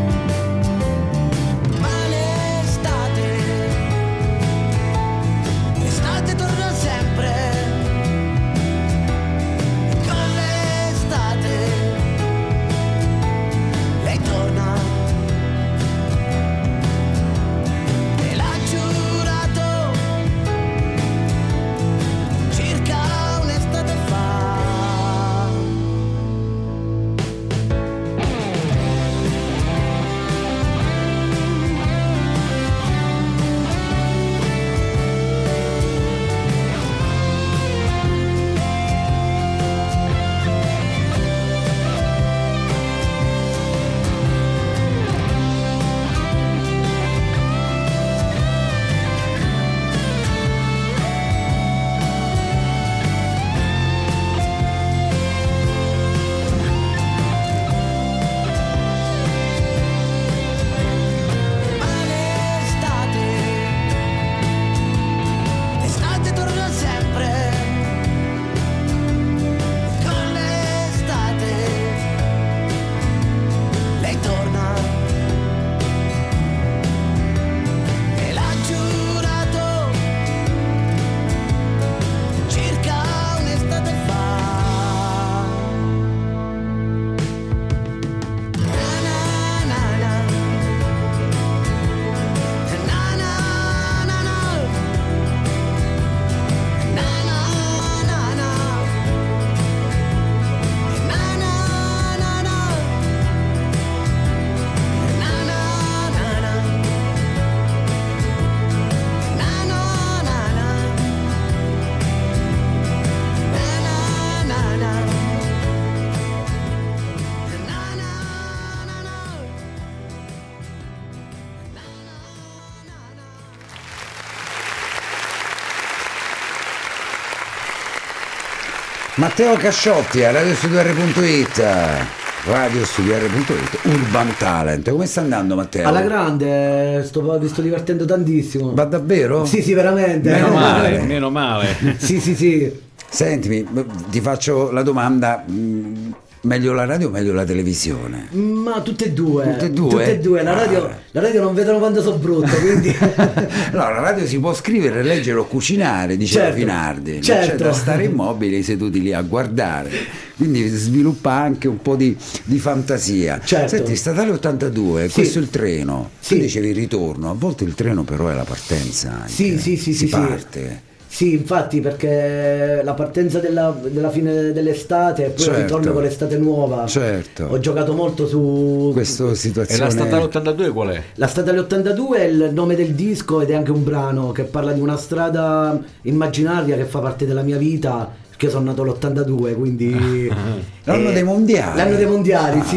Matteo Casciotti a radio studio erre punto it, radio studio erre punto it, Urban Talent. Come sta andando, Matteo? Alla grande, sto, mi sto divertendo tantissimo. Ma davvero? Sì, sì, veramente. Meno male, meno male. Sì, sì, sì. Sentimi, ti faccio la domanda, mh, meglio la radio o meglio la televisione? Ma tutte e due. Tutte e due? Tutte e due. La radio, Ah. la radio non vedono quando sono brutto, quindi... No, la radio si può scrivere, leggere o cucinare, diceva Certo, Finardi. Non certo. c'è da stare immobili seduti lì a guardare. Quindi sviluppa anche un po' di, di fantasia. Certo. Senti, statale ottantadue, Sì. questo è il treno. Sì. Tu dicevi il ritorno, a volte il treno però è la partenza anche. Sì, sì, sì, si sì, parte. Sì, infatti, perché la partenza della, della fine dell'estate e poi Certo. il ritorno con l'estate nuova. Certo. Ho giocato molto su Questa E situazione. la statale ottantadue qual è? La Statale ottantadue è il nome del disco ed è anche un brano che parla di una strada immaginaria che fa parte della mia vita, perché io sono nato l'ottantadue, quindi... L'anno dei mondiali. L'anno dei mondiali, Ah. sì.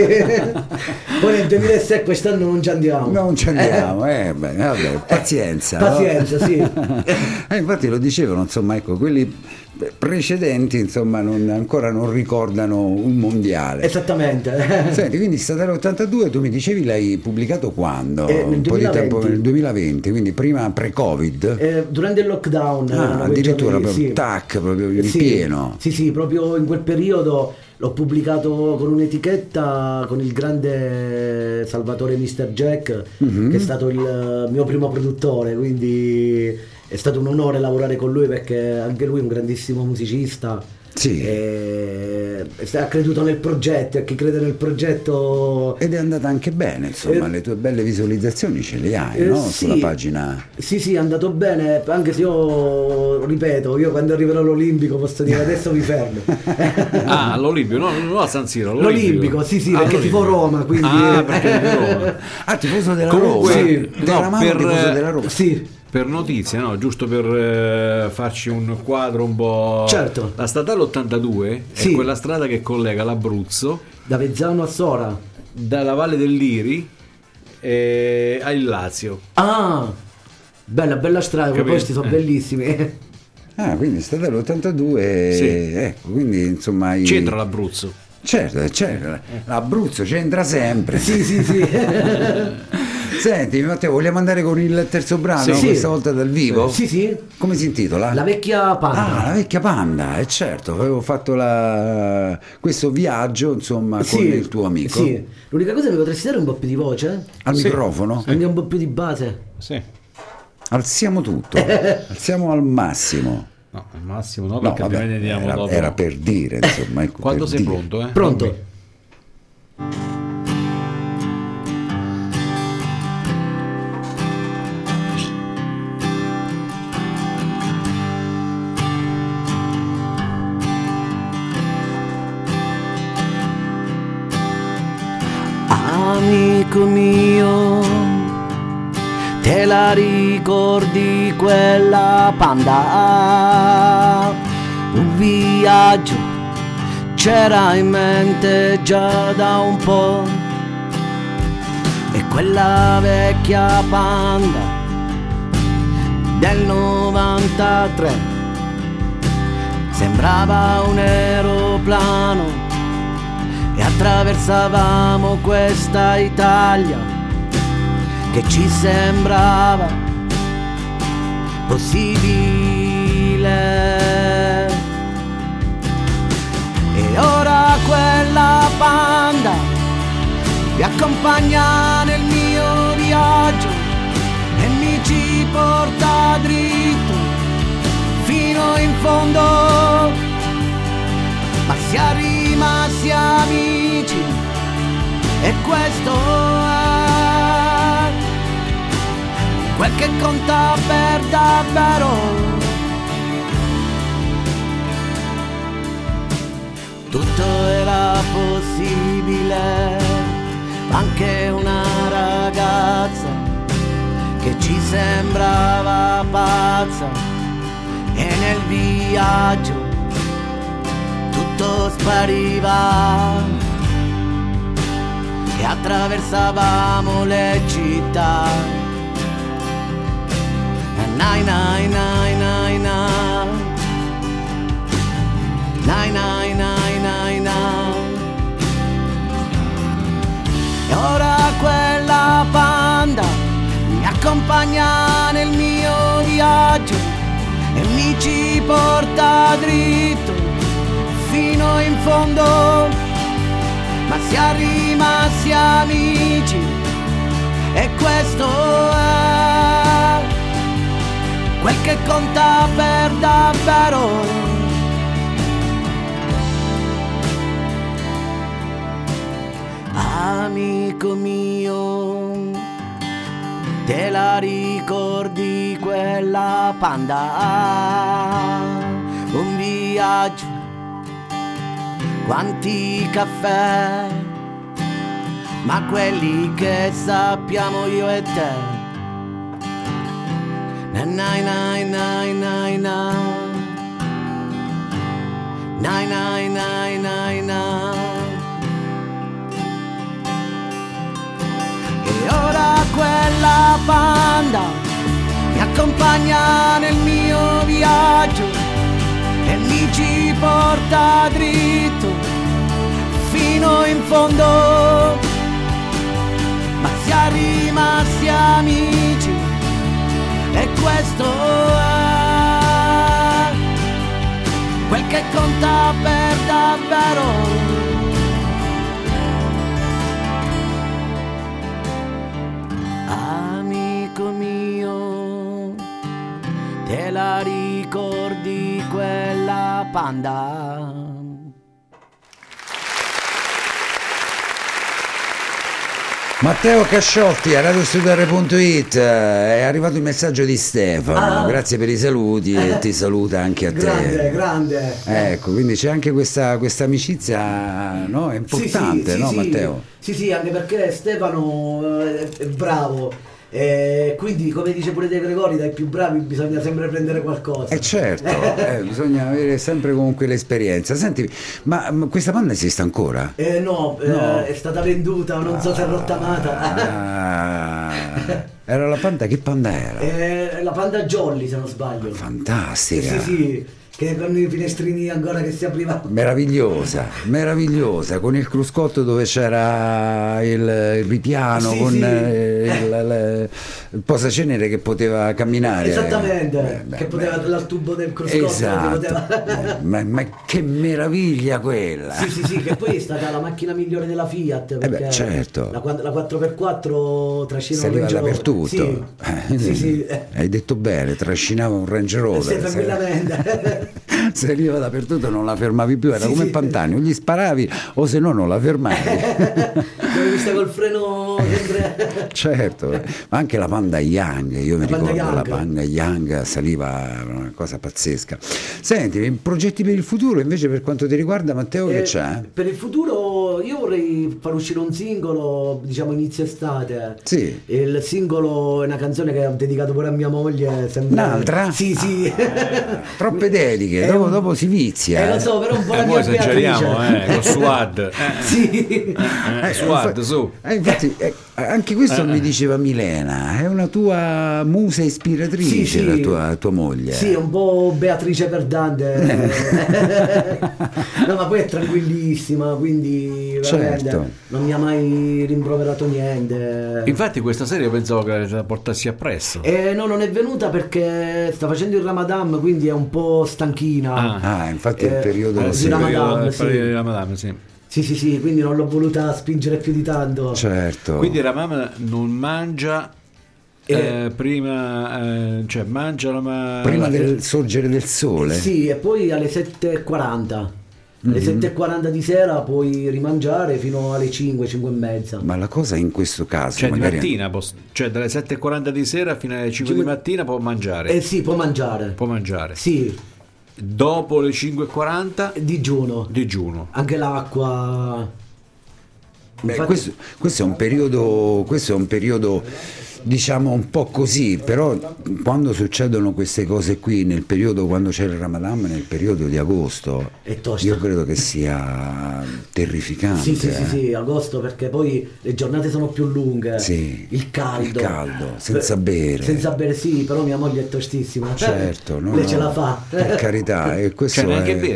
Poi nel duemilasette quest'anno non ci andiamo. Non ci andiamo, eh, beh, vabbè, pazienza. no? Pazienza, sì. Eh, infatti lo dicevano, insomma, ecco, quelli precedenti, insomma, non- ancora non ricordano un mondiale. Esattamente. Senti, quindi Statale ottantadue, tu mi dicevi l'hai pubblicato quando? Eh, nel un po' di tempo duemilaventi. nel duemilaventi, quindi prima pre-Covid. Eh, durante il lockdown. Ah, erano quei addirittura giorni, proprio sì. tac, proprio in Sì, pieno. Sì, sì, proprio in quel periodo l'ho pubblicato con un'etichetta con il grande Salvatore mister Jack, Mhm. che è stato il mio primo produttore, quindi è stato un onore lavorare con lui perché anche lui è un grandissimo musicista. Sì. E ha creduto nel progetto e chi crede nel progetto Ed è andata anche bene, insomma, Eh, le tue belle visualizzazioni ce le hai, Eh, no? sì. Sulla pagina. Sì, sì, è andato bene, anche se io, ripeto, io quando arriverò all'Olimpico posso dire adesso mi fermo. Ah, all'Olimpico, no, non a San Siro, L'Olimpico, sì, sì, Ah, perché tifo all'Olimpico. Roma, quindi... Ah, perché tifo Roma. Ah, tifoso della Comunque, Roma? sì, Della no, mano per- tifoso della Roma. Sì, Per notizie, no? Giusto per eh, farci un quadro un po'... Certo. La statale ottantadue Sì. è quella strada che collega l'Abruzzo da Vezzano a Sora. dalla Valle del Liri e al Lazio. Ah, bella, bella strada, quei Capito? posti sono Eh. bellissimi. Ah, quindi Statale ottantadue, Sì. ecco, quindi insomma... i- C'entra l'Abruzzo. Certo, certo, l'Abruzzo c'entra sempre. Sì, sì, sì. Senti, Matteo, vogliamo andare con il terzo brano, Sì. questa volta dal vivo? Sì, sì. Come si intitola? La vecchia panda. Ah, la vecchia panda, eh certo, avevo fatto la... questo viaggio, insomma, con Sì, il tuo amico. Sì. L'unica cosa è che mi potresti dare un po' più di voce? Al Sì. microfono? Anche un po' più di base. Sì. Alziamo tutto, alziamo al massimo. No, al massimo no, No, perché vabbè, ovviamente andiamo era, dopo. era per dire, insomma. Ecco, Quando per sei dire. pronto, eh? Pronto? Amico mio, te la ricordi quella panda? Un viaggio c'era in mente già da un po'. E quella vecchia panda del novantatré sembrava un aeroplano e attraversavamo questa Italia che ci sembrava possibile. E ora quella panda mi accompagna nel mio viaggio e mi ci porta dritto fino in fondo, ma siamo rimasti amici e questo è quel che conta per davvero. Tutto era possibile, anche una ragazza che ci sembrava pazza, e nel viaggio tutto spariva e attraversavamo le città. Nai nai nai nai nai. Nai nai nai nai nai. E ora quella panda mi accompagna nel mio viaggio e mi ci porta dritto fino in fondo, ma siamo rimasti amici e questo è quel che conta per davvero. Amico mio, te la ricordi quella panda? Un viaggio, quanti caffè, ma quelli che sappiamo io e te. Na nai nai nai nai na. Nai nai nai nai na. E ora quella panda mi accompagna nel mio viaggio e mi ci porta dritto fino in fondo, ma siamo rimasti amici e questo è quel che conta per davvero. Amico mio, te la ricordi quella panda? Matteo Casciotti a radiostudiare punto it, è arrivato il messaggio di Stefano, Ah. grazie per i saluti e ti saluta anche a te. Grande, grande. Ecco, quindi c'è anche questa, questa amicizia, no? È importante, sì, sì, no sì, Matteo? Sì, sì, anche perché Stefano è, è bravo. E quindi, come dice pure De Gregori, dai più bravi bisogna sempre prendere qualcosa. Eh certo, eh, bisogna avere sempre comunque l'esperienza. Senti, ma, ma questa panda esiste ancora? Eh, no, eh, No. è stata venduta, non so se è rottamata. Ah, era la panda, che panda era? Eh, la panda Jolly, se non sbaglio. Fantastica. Sì, sì, che con i finestrini ancora che si aprivano. Meravigliosa, meravigliosa, con il cruscotto dove c'era il, il ripiano, Sì, con sì. eh, il, il, il posacenere che poteva camminare. Esattamente, Beh, beh, che poteva beh. dal tubo del cruscotto. Esatto. che poteva... Eh, ma, ma che meraviglia quella! Sì, sì, sì, che poi è stata la macchina migliore della Fiat, perché beh, certo. la, qua- la quattro per quattro trascinava un Saliva Range Rover. dappertutto. Sì, Eh, sì, sì. Hai detto bene, trascinava un Range Rover. Sì, tranquillamente. Saliva dappertutto, non la fermavi più, era Sì, come sì. Pantani, o gli sparavi o se no non la fermavi. Dovevi stare col freno sempre. Certo, ma anche la Panda Young, io mi La Panda ricordo la Young. Panda Young saliva, una cosa pazzesca. Senti, progetti per il futuro invece per quanto ti riguarda Matteo, che Eh, c'è? Per il futuro io vorrei far uscire un singolo, diciamo inizio estate. Sì. Il singolo è una canzone che ho dedicato pure a mia moglie. Sembra... Un'altra? Sì, sì. Ah, troppe dediche, È dopo, un- dopo si vizia. Eh, lo so, però un po' E la poi mia esageriamo, Beatrice. eh, con Suad. Eh, Sì. eh, Suad, su. Eh, infatti, eh, anche questo mi diceva Milena, è una tua musa ispiratrice, Sì, sì. la tua, tua moglie. Sì, un po' Beatrice per Dante. No, ma poi è tranquillissima, quindi veramente Certo. non mi ha mai rimproverato niente. Infatti questa serie pensavo che la portassi appresso. Eh, no, non è venuta perché sta facendo il Ramadan, quindi è un po' stanchina. Ah. Ah, infatti è il Eh, periodo... eh, Eh, sì, sì, Ramadan, periodo- il sì. periodo di Ramadan, sì. Sì, sì, sì, quindi non l'ho voluta spingere più di tanto. Certo. Quindi Ramadan non mangia Eh. eh, prima, eh, cioè mangia la ma... Prima del sorgere del sole. Sì, e poi alle sette e quaranta. Alle Mm-hmm. sette e quaranta di sera puoi rimangiare fino alle cinque, cinque e mezza. Ma la cosa in questo caso... Cioè di magari... mattina, poss- cioè dalle sette e quaranta di sera fino alle cinque di Cinque- mattina può mangiare. Eh sì, può mangiare. Può mangiare. Sì, Dopo le cinque e quaranta digiuno. digiuno. Anche l'acqua. Beh, Infatti- questo, questo è un periodo, questo è un periodo diciamo un po' così, però quando succedono queste cose qui, nel periodo quando c'è il Ramadan, nel periodo di agosto, È tosta. io credo che sia terrificante. Sì, sì, sì, eh. sì, agosto perché poi le giornate sono più lunghe. Sì. Il caldo. Il caldo, senza bere. Senza bere, sì, però mia moglie è tostissima. Certo, no, Lei no, ce la fa. per carità, e questo Cioè neanche è... bere.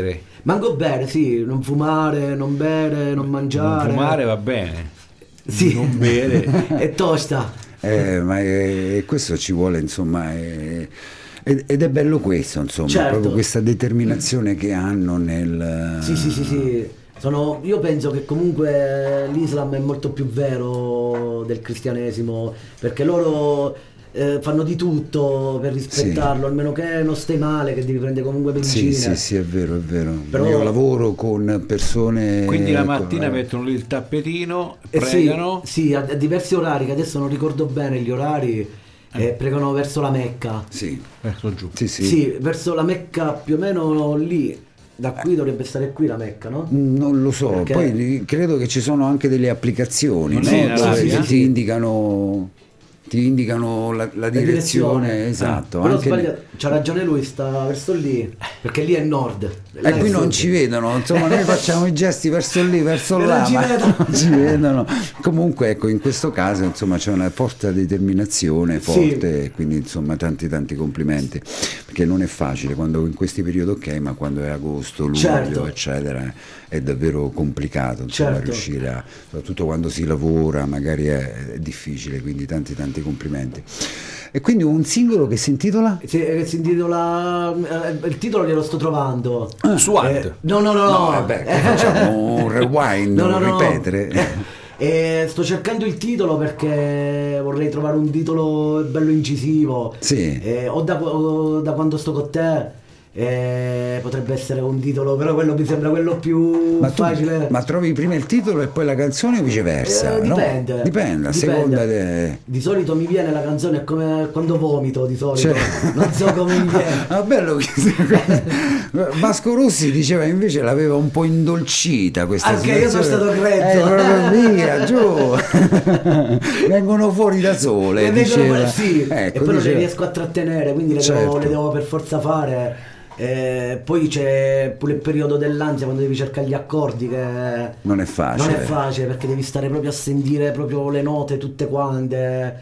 Manco bere, sì, non fumare, non bere, non mangiare. Non fumare va bene, sì. Non bere è tosta. Eh, ma è, questo ci vuole, insomma, è, ed è bello questo, insomma, certo. proprio questa determinazione che hanno nel... Sì, sì, sì, sì. Sono, io penso che comunque l'Islam è molto più vero del cristianesimo, perché loro eh, fanno di tutto per rispettarlo, sì. Almeno che non stai male, che devi prendere comunque medicine. Sì, sì, sì, è vero, è vero. Però, io lavoro con persone... Quindi la mattina con... mettono lì il tappetino, eh, pregano? Sì, sì, a, a diversi orari, che adesso non ricordo bene gli orari, eh. Eh, pregano verso la Mecca. Sì. Verso giù. Sì, sì. Sì, verso la Mecca più o meno lì. Da qui dovrebbe stare qui la Mecca, no? Non lo so, perché... poi credo che ci sono anche delle applicazioni, no? Dove sì, ti sì. indicano... ti indicano la, la direzione, direzione, esatto. Eh, però anche sbaglia, c'ha ragione lui, sta verso lì, perché lì è nord. E qui non ci vedono, insomma, noi facciamo i gesti verso lì, verso là, non ci, ma vedono. non ci vedono. Comunque, ecco, in questo caso, insomma, c'è una forte determinazione, forte, sì. Quindi, insomma, tanti tanti complimenti, perché non è facile quando in questi periodi, ok, ma quando è agosto, luglio, certo. eccetera, è davvero complicato, insomma, certo. riuscire a, soprattutto quando si lavora, magari è, è difficile, quindi tanti tanti complimenti. E quindi un singolo che si intitola? Si, si intitola eh, il titolo glielo sto trovando. Ah, Swat. Eh, no no no no, no vabbè, facciamo un rewind, no, no, un no. ripetere. E sto cercando il titolo perché vorrei trovare un titolo bello incisivo. Sì. Eh, o, da, o da quando sto con te. Eh, potrebbe essere un titolo, però quello mi sembra quello più ma tu, facile. Ma trovi prima il titolo e poi la canzone o viceversa? Eh, dipende. No? Dipende, a seconda de... Di solito mi viene la canzone come quando vomito, di solito. Cioè... non so come mi viene. Ah, bello che... Vasco Rossi diceva invece l'aveva un po' indolcita questa anche situazione. io sono stato grezzo. Eh, via, giù. Vengono fuori da sole, diceva. Sì, ecco, e poi non diceva... le riesco a trattenere, quindi le, certo. devo, le devo per forza fare. Eh, poi c'è pure il periodo dell'ansia quando devi cercare gli accordi, che non è facile, non è facile perché devi stare proprio a sentire proprio le note tutte quante,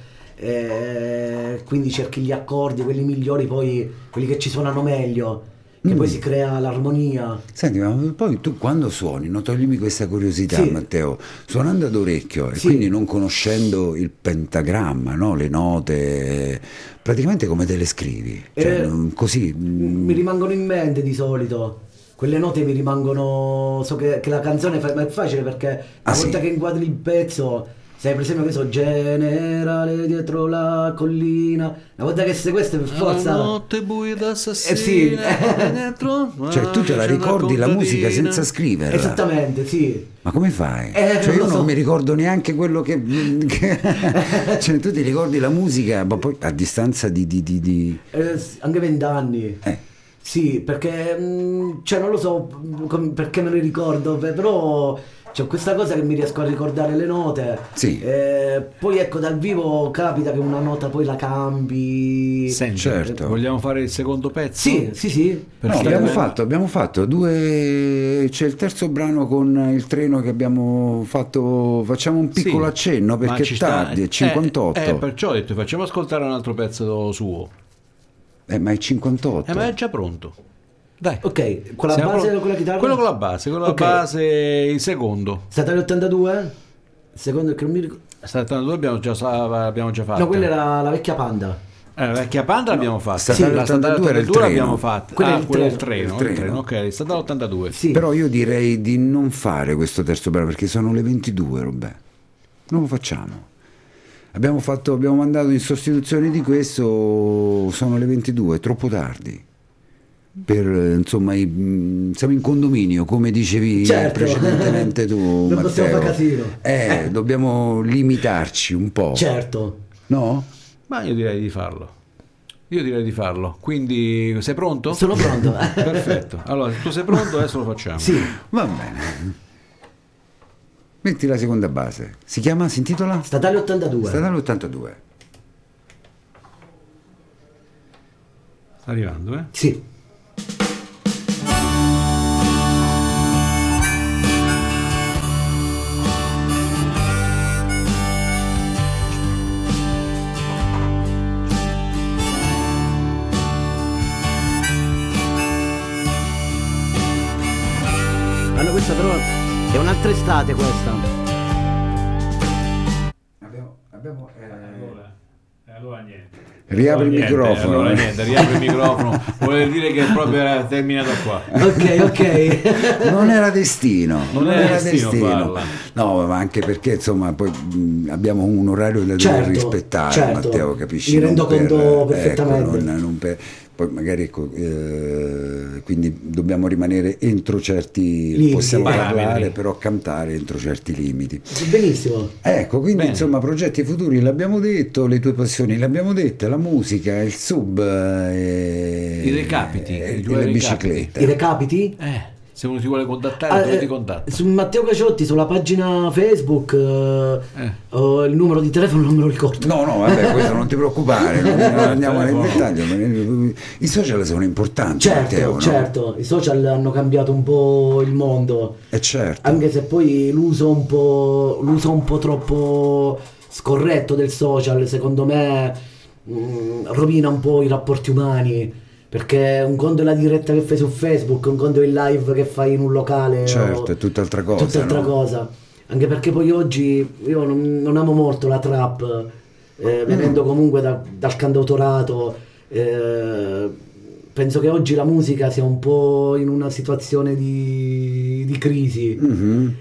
eh, quindi cerchi gli accordi, quelli migliori, poi quelli che ci suonano meglio, che mm. poi si crea l'armonia. Senti, ma poi tu quando suoni, non toglimi questa curiosità, sì. Matteo, suonando ad orecchio e sì. quindi non conoscendo il pentagramma, no? Le note, praticamente come te le scrivi? Cioè, eh, così mi rimangono in mente di solito. Quelle note mi rimangono, so che, che la canzone fa, ma è facile perché una ah, volta sì? che inquadri il pezzo, sai per esempio questo generale dietro la collina, una volta che sei questo per forza la notte buia d'assassina, eh sì. dentro, cioè tu te la ricordi la musica senza scriverla? Esattamente, sì. Ma come fai? Eh, cioè io non so. mi ricordo neanche quello che, che... cioè tu ti ricordi la musica, ma poi a distanza di, di, di, di... Eh, anche vent'anni. Eh. Sì, perché mh, cioè non lo so com- perché me lo ricordo, però c'è questa cosa che mi riesco a ricordare le note. Sì. Eh, poi ecco, dal vivo capita che una nota poi la cambi. Senti, certo. Vogliamo fare il secondo pezzo? Sì, sì, sì. No, abbiamo fatto, abbiamo fatto due. C'è il terzo brano con il treno che abbiamo fatto. Facciamo un piccolo sì, accenno perché è tardi, sta... è cinquantotto. Eh, eh, perciò ho detto facciamo ascoltare un altro pezzo suo. Eh, ma è cinquantotto. Eh, ma è già pronto. Dai. Ok, con la Siamo base pro... o con la chitarra? Quello con la base, con la okay. base, il secondo. Statale ottantadue? Il secondo che non mi ricordo. Statale ottantadue abbiamo già, abbiamo già fatto. No, quella era la vecchia Panda. Eh, la vecchia Panda no. l'abbiamo fatta. Statale sì, la Statale ottantadue l'abbiamo fatta. Quello ah, è il quello è il treno. treno, il treno. Il treno. Ok, Statale ottantadue. Sì. Però io direi di non fare questo terzo brano perché sono le ventidue, Robè. Non lo facciamo. Abbiamo fatto, abbiamo mandato in sostituzione di questo, sono le ventidue, è troppo tardi. Per insomma, i, siamo in condominio, come dicevi certo. precedentemente tu, non Matteo. possiamo fare casino. Eh, dobbiamo limitarci un po'. Certo. No? Ma io direi di farlo. Io direi di farlo. Quindi sei pronto? Sono pronto. Perfetto. Allora, se tu sei pronto, adesso lo facciamo. Sì. Va bene. Metti la seconda base. Si chiama, si intitola? Statale ottantadue. Statale ottantadue. Sta arrivando, eh? Sì. un'altra estate questa. Abbiamo, abbiamo eh... Allora, allora niente. Riapri il niente, microfono. Allora niente, riapri il microfono. Vuol dire che proprio era terminato qua. Ok, ok. Non era destino, Non era destino farla. No, ma anche perché insomma poi mh, abbiamo un orario da dover Certo, rispettare, certo. Matteo, capisci? Mi Non rendo per- conto perfettamente. Ecco, non, non per- poi magari ecco, eh, quindi dobbiamo rimanere entro certi Limiti. possiamo Parametri. parlare, però cantare entro certi limiti. Benissimo. Ecco, quindi Bene. insomma progetti futuri l'abbiamo detto, le tue passioni l'abbiamo dette, la musica, il sub, eh, I recapiti, eh, i e tuoi le recapiti. biciclette. I recapiti? Eh, se uno ti vuole contattare, Ah, dove eh, ti contatta? su Matteo Caciotti sulla pagina Facebook eh, Eh. ho il numero di telefono non me lo ricordo. No, no, vabbè, questo non ti preoccupare, non non andiamo nel dettaglio. I social sono importanti, Certo, Matteo, no? certo, i social hanno cambiato un po' il mondo, Eh certo. anche se poi l'uso un po', l'uso un po' troppo scorretto del social, secondo me mh, rovina un po' i rapporti umani, perché un conto è la diretta che fai su Facebook, un conto è il live che fai in un locale. Certo, o- è tutt'altra cosa, tutt'altra no? cosa. Anche perché poi oggi io non, non amo molto la trap, eh, venendo comunque da- dal cantautorato, eh, penso che oggi la musica sia un po' in una situazione di, di crisi. Mhm.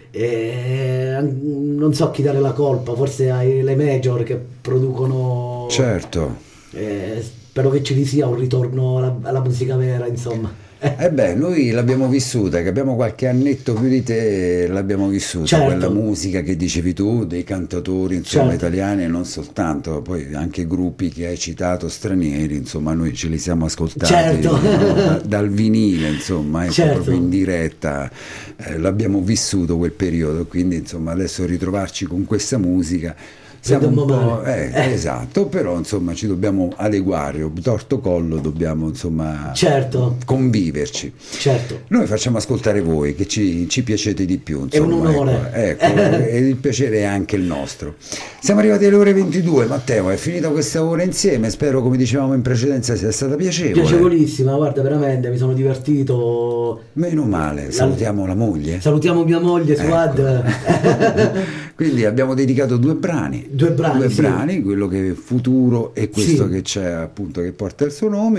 E non so a chi dare la colpa, forse ai le major che producono. Certo. eh, spero che ci sia un ritorno alla, alla musica vera, insomma. Eh beh, noi l'abbiamo vissuta, che abbiamo qualche annetto più di te, l'abbiamo vissuta, Certo. quella musica che dicevi tu, dei cantatori insomma Certo. italiani e non soltanto, poi anche gruppi che hai citato stranieri, insomma noi ce li siamo ascoltati Certo. no, da- dal vinile, insomma, ecco, Certo. proprio in diretta, eh, l'abbiamo vissuto quel periodo, quindi insomma adesso ritrovarci con questa musica. Siamo un Vedo po', male. eh, esatto, però insomma ci dobbiamo adeguare, torto collo, dobbiamo insomma Certo, conviverci. certo. Noi facciamo ascoltare voi che ci, ci piacete di più, insomma, un onore. ecco, ecco, e il piacere è anche il nostro. Siamo arrivati alle ore ventidue, Matteo, è finita questa ora insieme, spero come dicevamo in precedenza sia stata piacevole. Piacevolissima, guarda, veramente mi sono divertito. Meno male, salutiamo la moglie. Salutiamo mia moglie, Suad. Ecco. Quindi abbiamo dedicato due brani. Due brani, Due sì. brani, quello che è futuro e questo Sì. che c'è appunto che porta il suo nome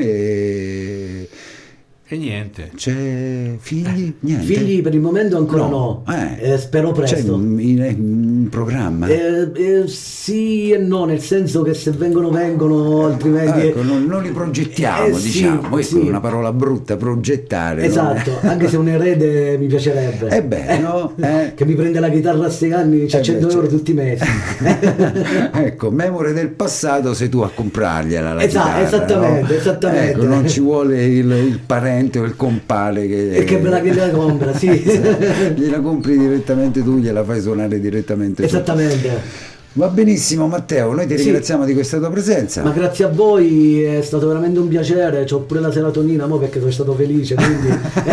e E niente. c'è figli? Niente. Figli per il momento ancora No. no, Eh. Eh, spero presto. C'è in, in- in programma? Eh, eh, sì e no, nel senso che se vengono vengono, altrimenti. Ecco, non, non li progettiamo, Eh, sì, diciamo, questo sì. è una parola brutta, progettare. no? Esatto, anche se un erede mi piacerebbe. Eh beh, no? Eh. Che mi prende la chitarra a sei anni, c'ha Eh beh, cento euro certo. tutti i mesi. Ecco, memore del passato sei tu a comprargliela la Esatto, chitarra, esattamente, no? esattamente. Ecco, non ci vuole il, il parente o il compare che, E che me la, che la compra, sì. gliela compri direttamente tu, gliela fai suonare direttamente tu. Esattamente. Va benissimo Matteo, noi ti Sì. ringraziamo di questa tua presenza. Ma grazie a voi, è stato veramente un piacere, c'ho pure la serotonina mo perché sono stato felice, quindi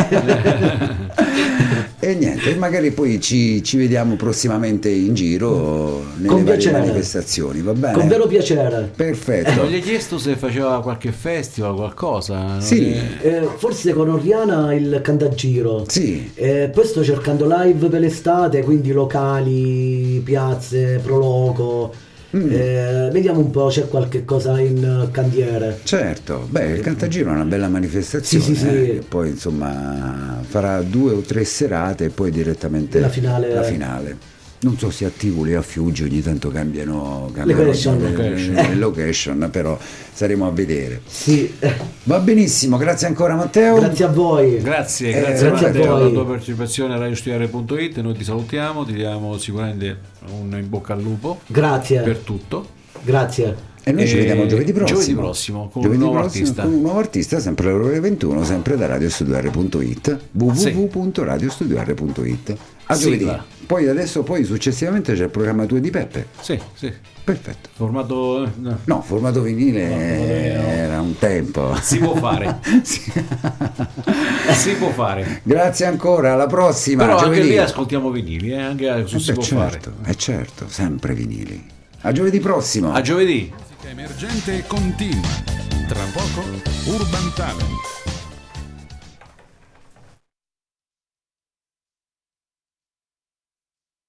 E niente, magari poi ci, ci vediamo prossimamente in giro nelle Con varie piacere. manifestazioni, va bene? con vero piacere. Perfetto. Non gli hai chiesto se faceva qualche festival, qualcosa? Non Sì. è- Eh, forse con Oriana il Cantagiro. Sì. Eh, poi sto cercando live per l'estate, quindi locali, piazze, proloco. Mm. Eh, vediamo un po', c'è qualche cosa in cantiere. Certo, beh, il Cantagiro è una bella manifestazione, Sì, sì, sì. eh, che poi insomma farà due o tre serate e poi direttamente La finale. la finale. Non so se a Tivoli o a Fiuggi ogni tanto cambiano, cambiano Location. le, Location. le location, però saremo a vedere. Sì, eh, Va benissimo, grazie ancora Matteo. grazie a voi. Grazie, Eh, grazie, grazie a Matteo per voi. la tua partecipazione a radio studiare punto it. Noi ti salutiamo, ti diamo sicuramente un in bocca al lupo Grazie. per tutto. Grazie. E noi ci E vediamo giovedì prossimo. giovedì prossimo, con un Giovedì nuovo prossimo artista. con un nuovo artista, sempre alle ore ventuno, sempre da radio studio r punto it, w w w punto radio studio r punto it. A Sigla. giovedì. Poi adesso, poi successivamente c'è il programma due di Peppe. Sì, sì. Perfetto. Formato... eh, no. No, formato vinile formato vinile, no. era un tempo. Si può fare. Sì. Si può fare. Grazie ancora, alla prossima. Però anche giovedì. lì ascoltiamo vinili, eh, anche su Eh si beh, può certo, fare. è certo, sempre vinili. A giovedì prossimo. A giovedì. Musica emergente continua. Tra poco Urban Talent.